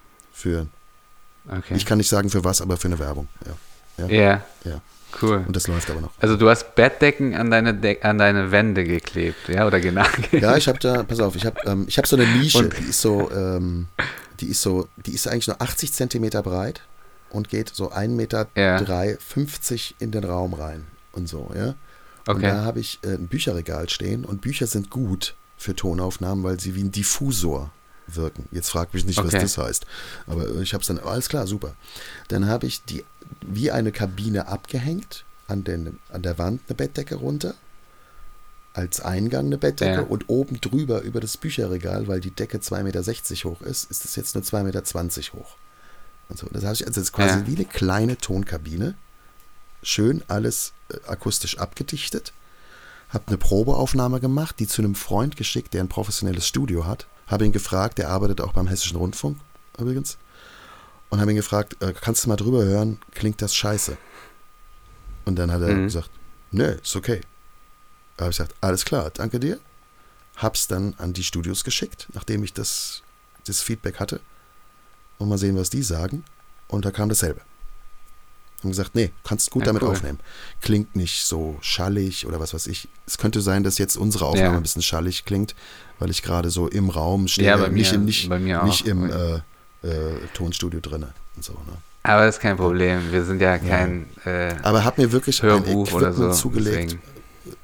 Ich kann nicht sagen für was, aber für eine Werbung. Ja. Cool. Und das läuft aber noch. Also du hast Bettdecken an deine Wände geklebt, ja, oder genagelt? Ja, ich habe da, pass auf, ich habe so eine Nische, die ist eigentlich nur 80 Zentimeter breit und geht so 1,50 Meter in den Raum rein und so, ja. Okay. Und da habe ich ein Bücherregal stehen und Bücher sind gut für Tonaufnahmen, weil sie wie ein Diffusor wirken. Jetzt fragt mich nicht, was das heißt. Aber ich habe es dann, alles klar, super. Dann habe ich die wie eine Kabine abgehängt, an der Wand eine Bettdecke runter, als Eingang eine Bettdecke und oben drüber über das Bücherregal, weil die Decke 2,60 Meter hoch ist es jetzt nur 2,20 Meter hoch. Und so. Das habe ich, also das ist quasi wie eine kleine Tonkabine. Schön alles akustisch abgedichtet. Habe eine Probeaufnahme gemacht, die zu einem Freund geschickt, der ein professionelles Studio hat. Habe ihn gefragt, der arbeitet auch beim Hessischen Rundfunk übrigens. Und habe ihn gefragt, kannst du mal drüber hören, klingt das scheiße? Und dann hat er gesagt, nee, ist okay. Da habe ich gesagt, alles klar, danke dir. Hab's dann an die Studios geschickt, nachdem ich das Feedback hatte. Und mal sehen, was die sagen. Und da kam dasselbe. Und gesagt, nee, kannst gut damit aufnehmen. Klingt nicht so schallig oder was weiß ich. Es könnte sein, dass jetzt unsere Aufnahme ein bisschen schallig klingt, weil ich gerade so im Raum stehe, nicht im Tonstudio drin und so. Ne? Aber das ist kein Problem. Wir sind ja kein aber hab mir wirklich Hörbuch ein Equipment zugelegt,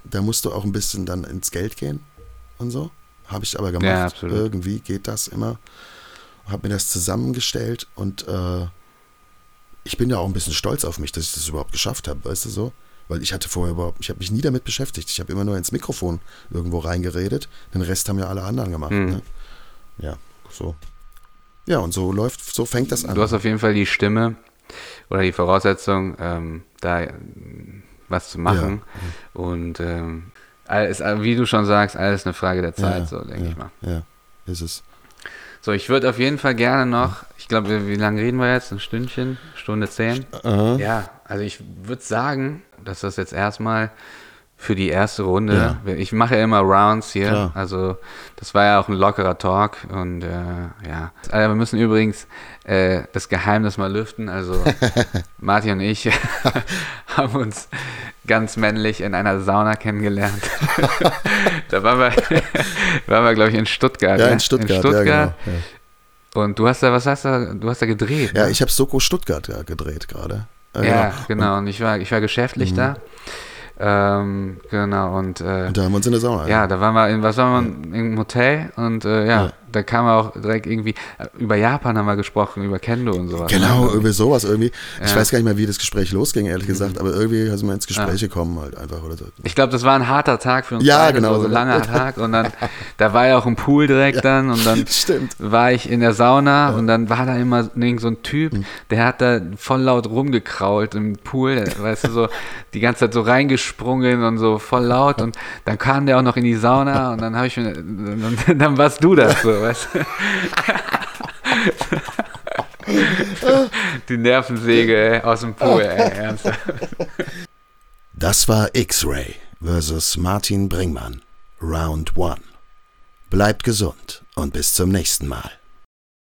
da musst du auch ein bisschen dann ins Geld gehen und so. Habe ich aber gemacht. Ja, absolut. Irgendwie geht das immer. Habe mir das zusammengestellt und ich bin ja auch ein bisschen stolz auf mich, dass ich das überhaupt geschafft habe, weißt du so? Weil ich habe mich nie damit beschäftigt. Ich habe immer nur ins Mikrofon irgendwo reingeredet. Den Rest haben ja alle anderen gemacht. Ne? Ja, so. Ja, und so fängt das an. Du hast auf jeden Fall die Stimme oder die Voraussetzung, da was zu machen. Ja. Und alles, wie du schon sagst, alles eine Frage der Zeit, so denke ich mal. Ja, ist es. So, ich würde auf jeden Fall gerne noch, ich glaube, wie lange reden wir jetzt? Ein Stündchen? Stunde 10? Ja, also ich würde sagen, dass das jetzt erstmal für die erste Runde, ich mache ja immer Rounds hier, klar. Also das war ja auch ein lockerer Talk und ja. Also wir müssen übrigens das Geheimnis mal lüften, also Martin und ich haben uns ganz männlich in einer Sauna kennengelernt. Da waren wir, glaube ich, in Stuttgart. Ja, in Stuttgart. Ja, genau. Ja. Und du hast da gedreht. Ja, ne? Ich habe Soko Stuttgart gedreht gerade. Ja, genau. Und ich war geschäftlich da. Genau. Und da haben wir uns in der Sauna. Ja, da waren wir in einem Hotel und da kam auch direkt irgendwie, über Japan haben wir gesprochen, über Kendo und sowas. Genau, über sowas irgendwie. Ja. Ich weiß gar nicht mehr, wie das Gespräch losging, ehrlich gesagt, aber irgendwie sind wir ins Gespräch gekommen halt einfach. Oder so. Ich glaube, das war ein harter Tag für uns beide, genau, so ein langer Tag und dann, da war ja auch ein Pool direkt dann und dann war ich in der Sauna und dann war da immer so ein Typ, der hat da voll laut rumgekrault im Pool, weißt du, so die ganze Zeit so reingesprungen und so voll laut und dann kam der auch noch in die Sauna und dann habe ich mir, dann warst du das so, weißt du? Die Nervensäge aus dem Pool, ernsthaft. Das war X-Ray versus Martin Bringmann, Round 1. Bleibt gesund und bis zum nächsten Mal.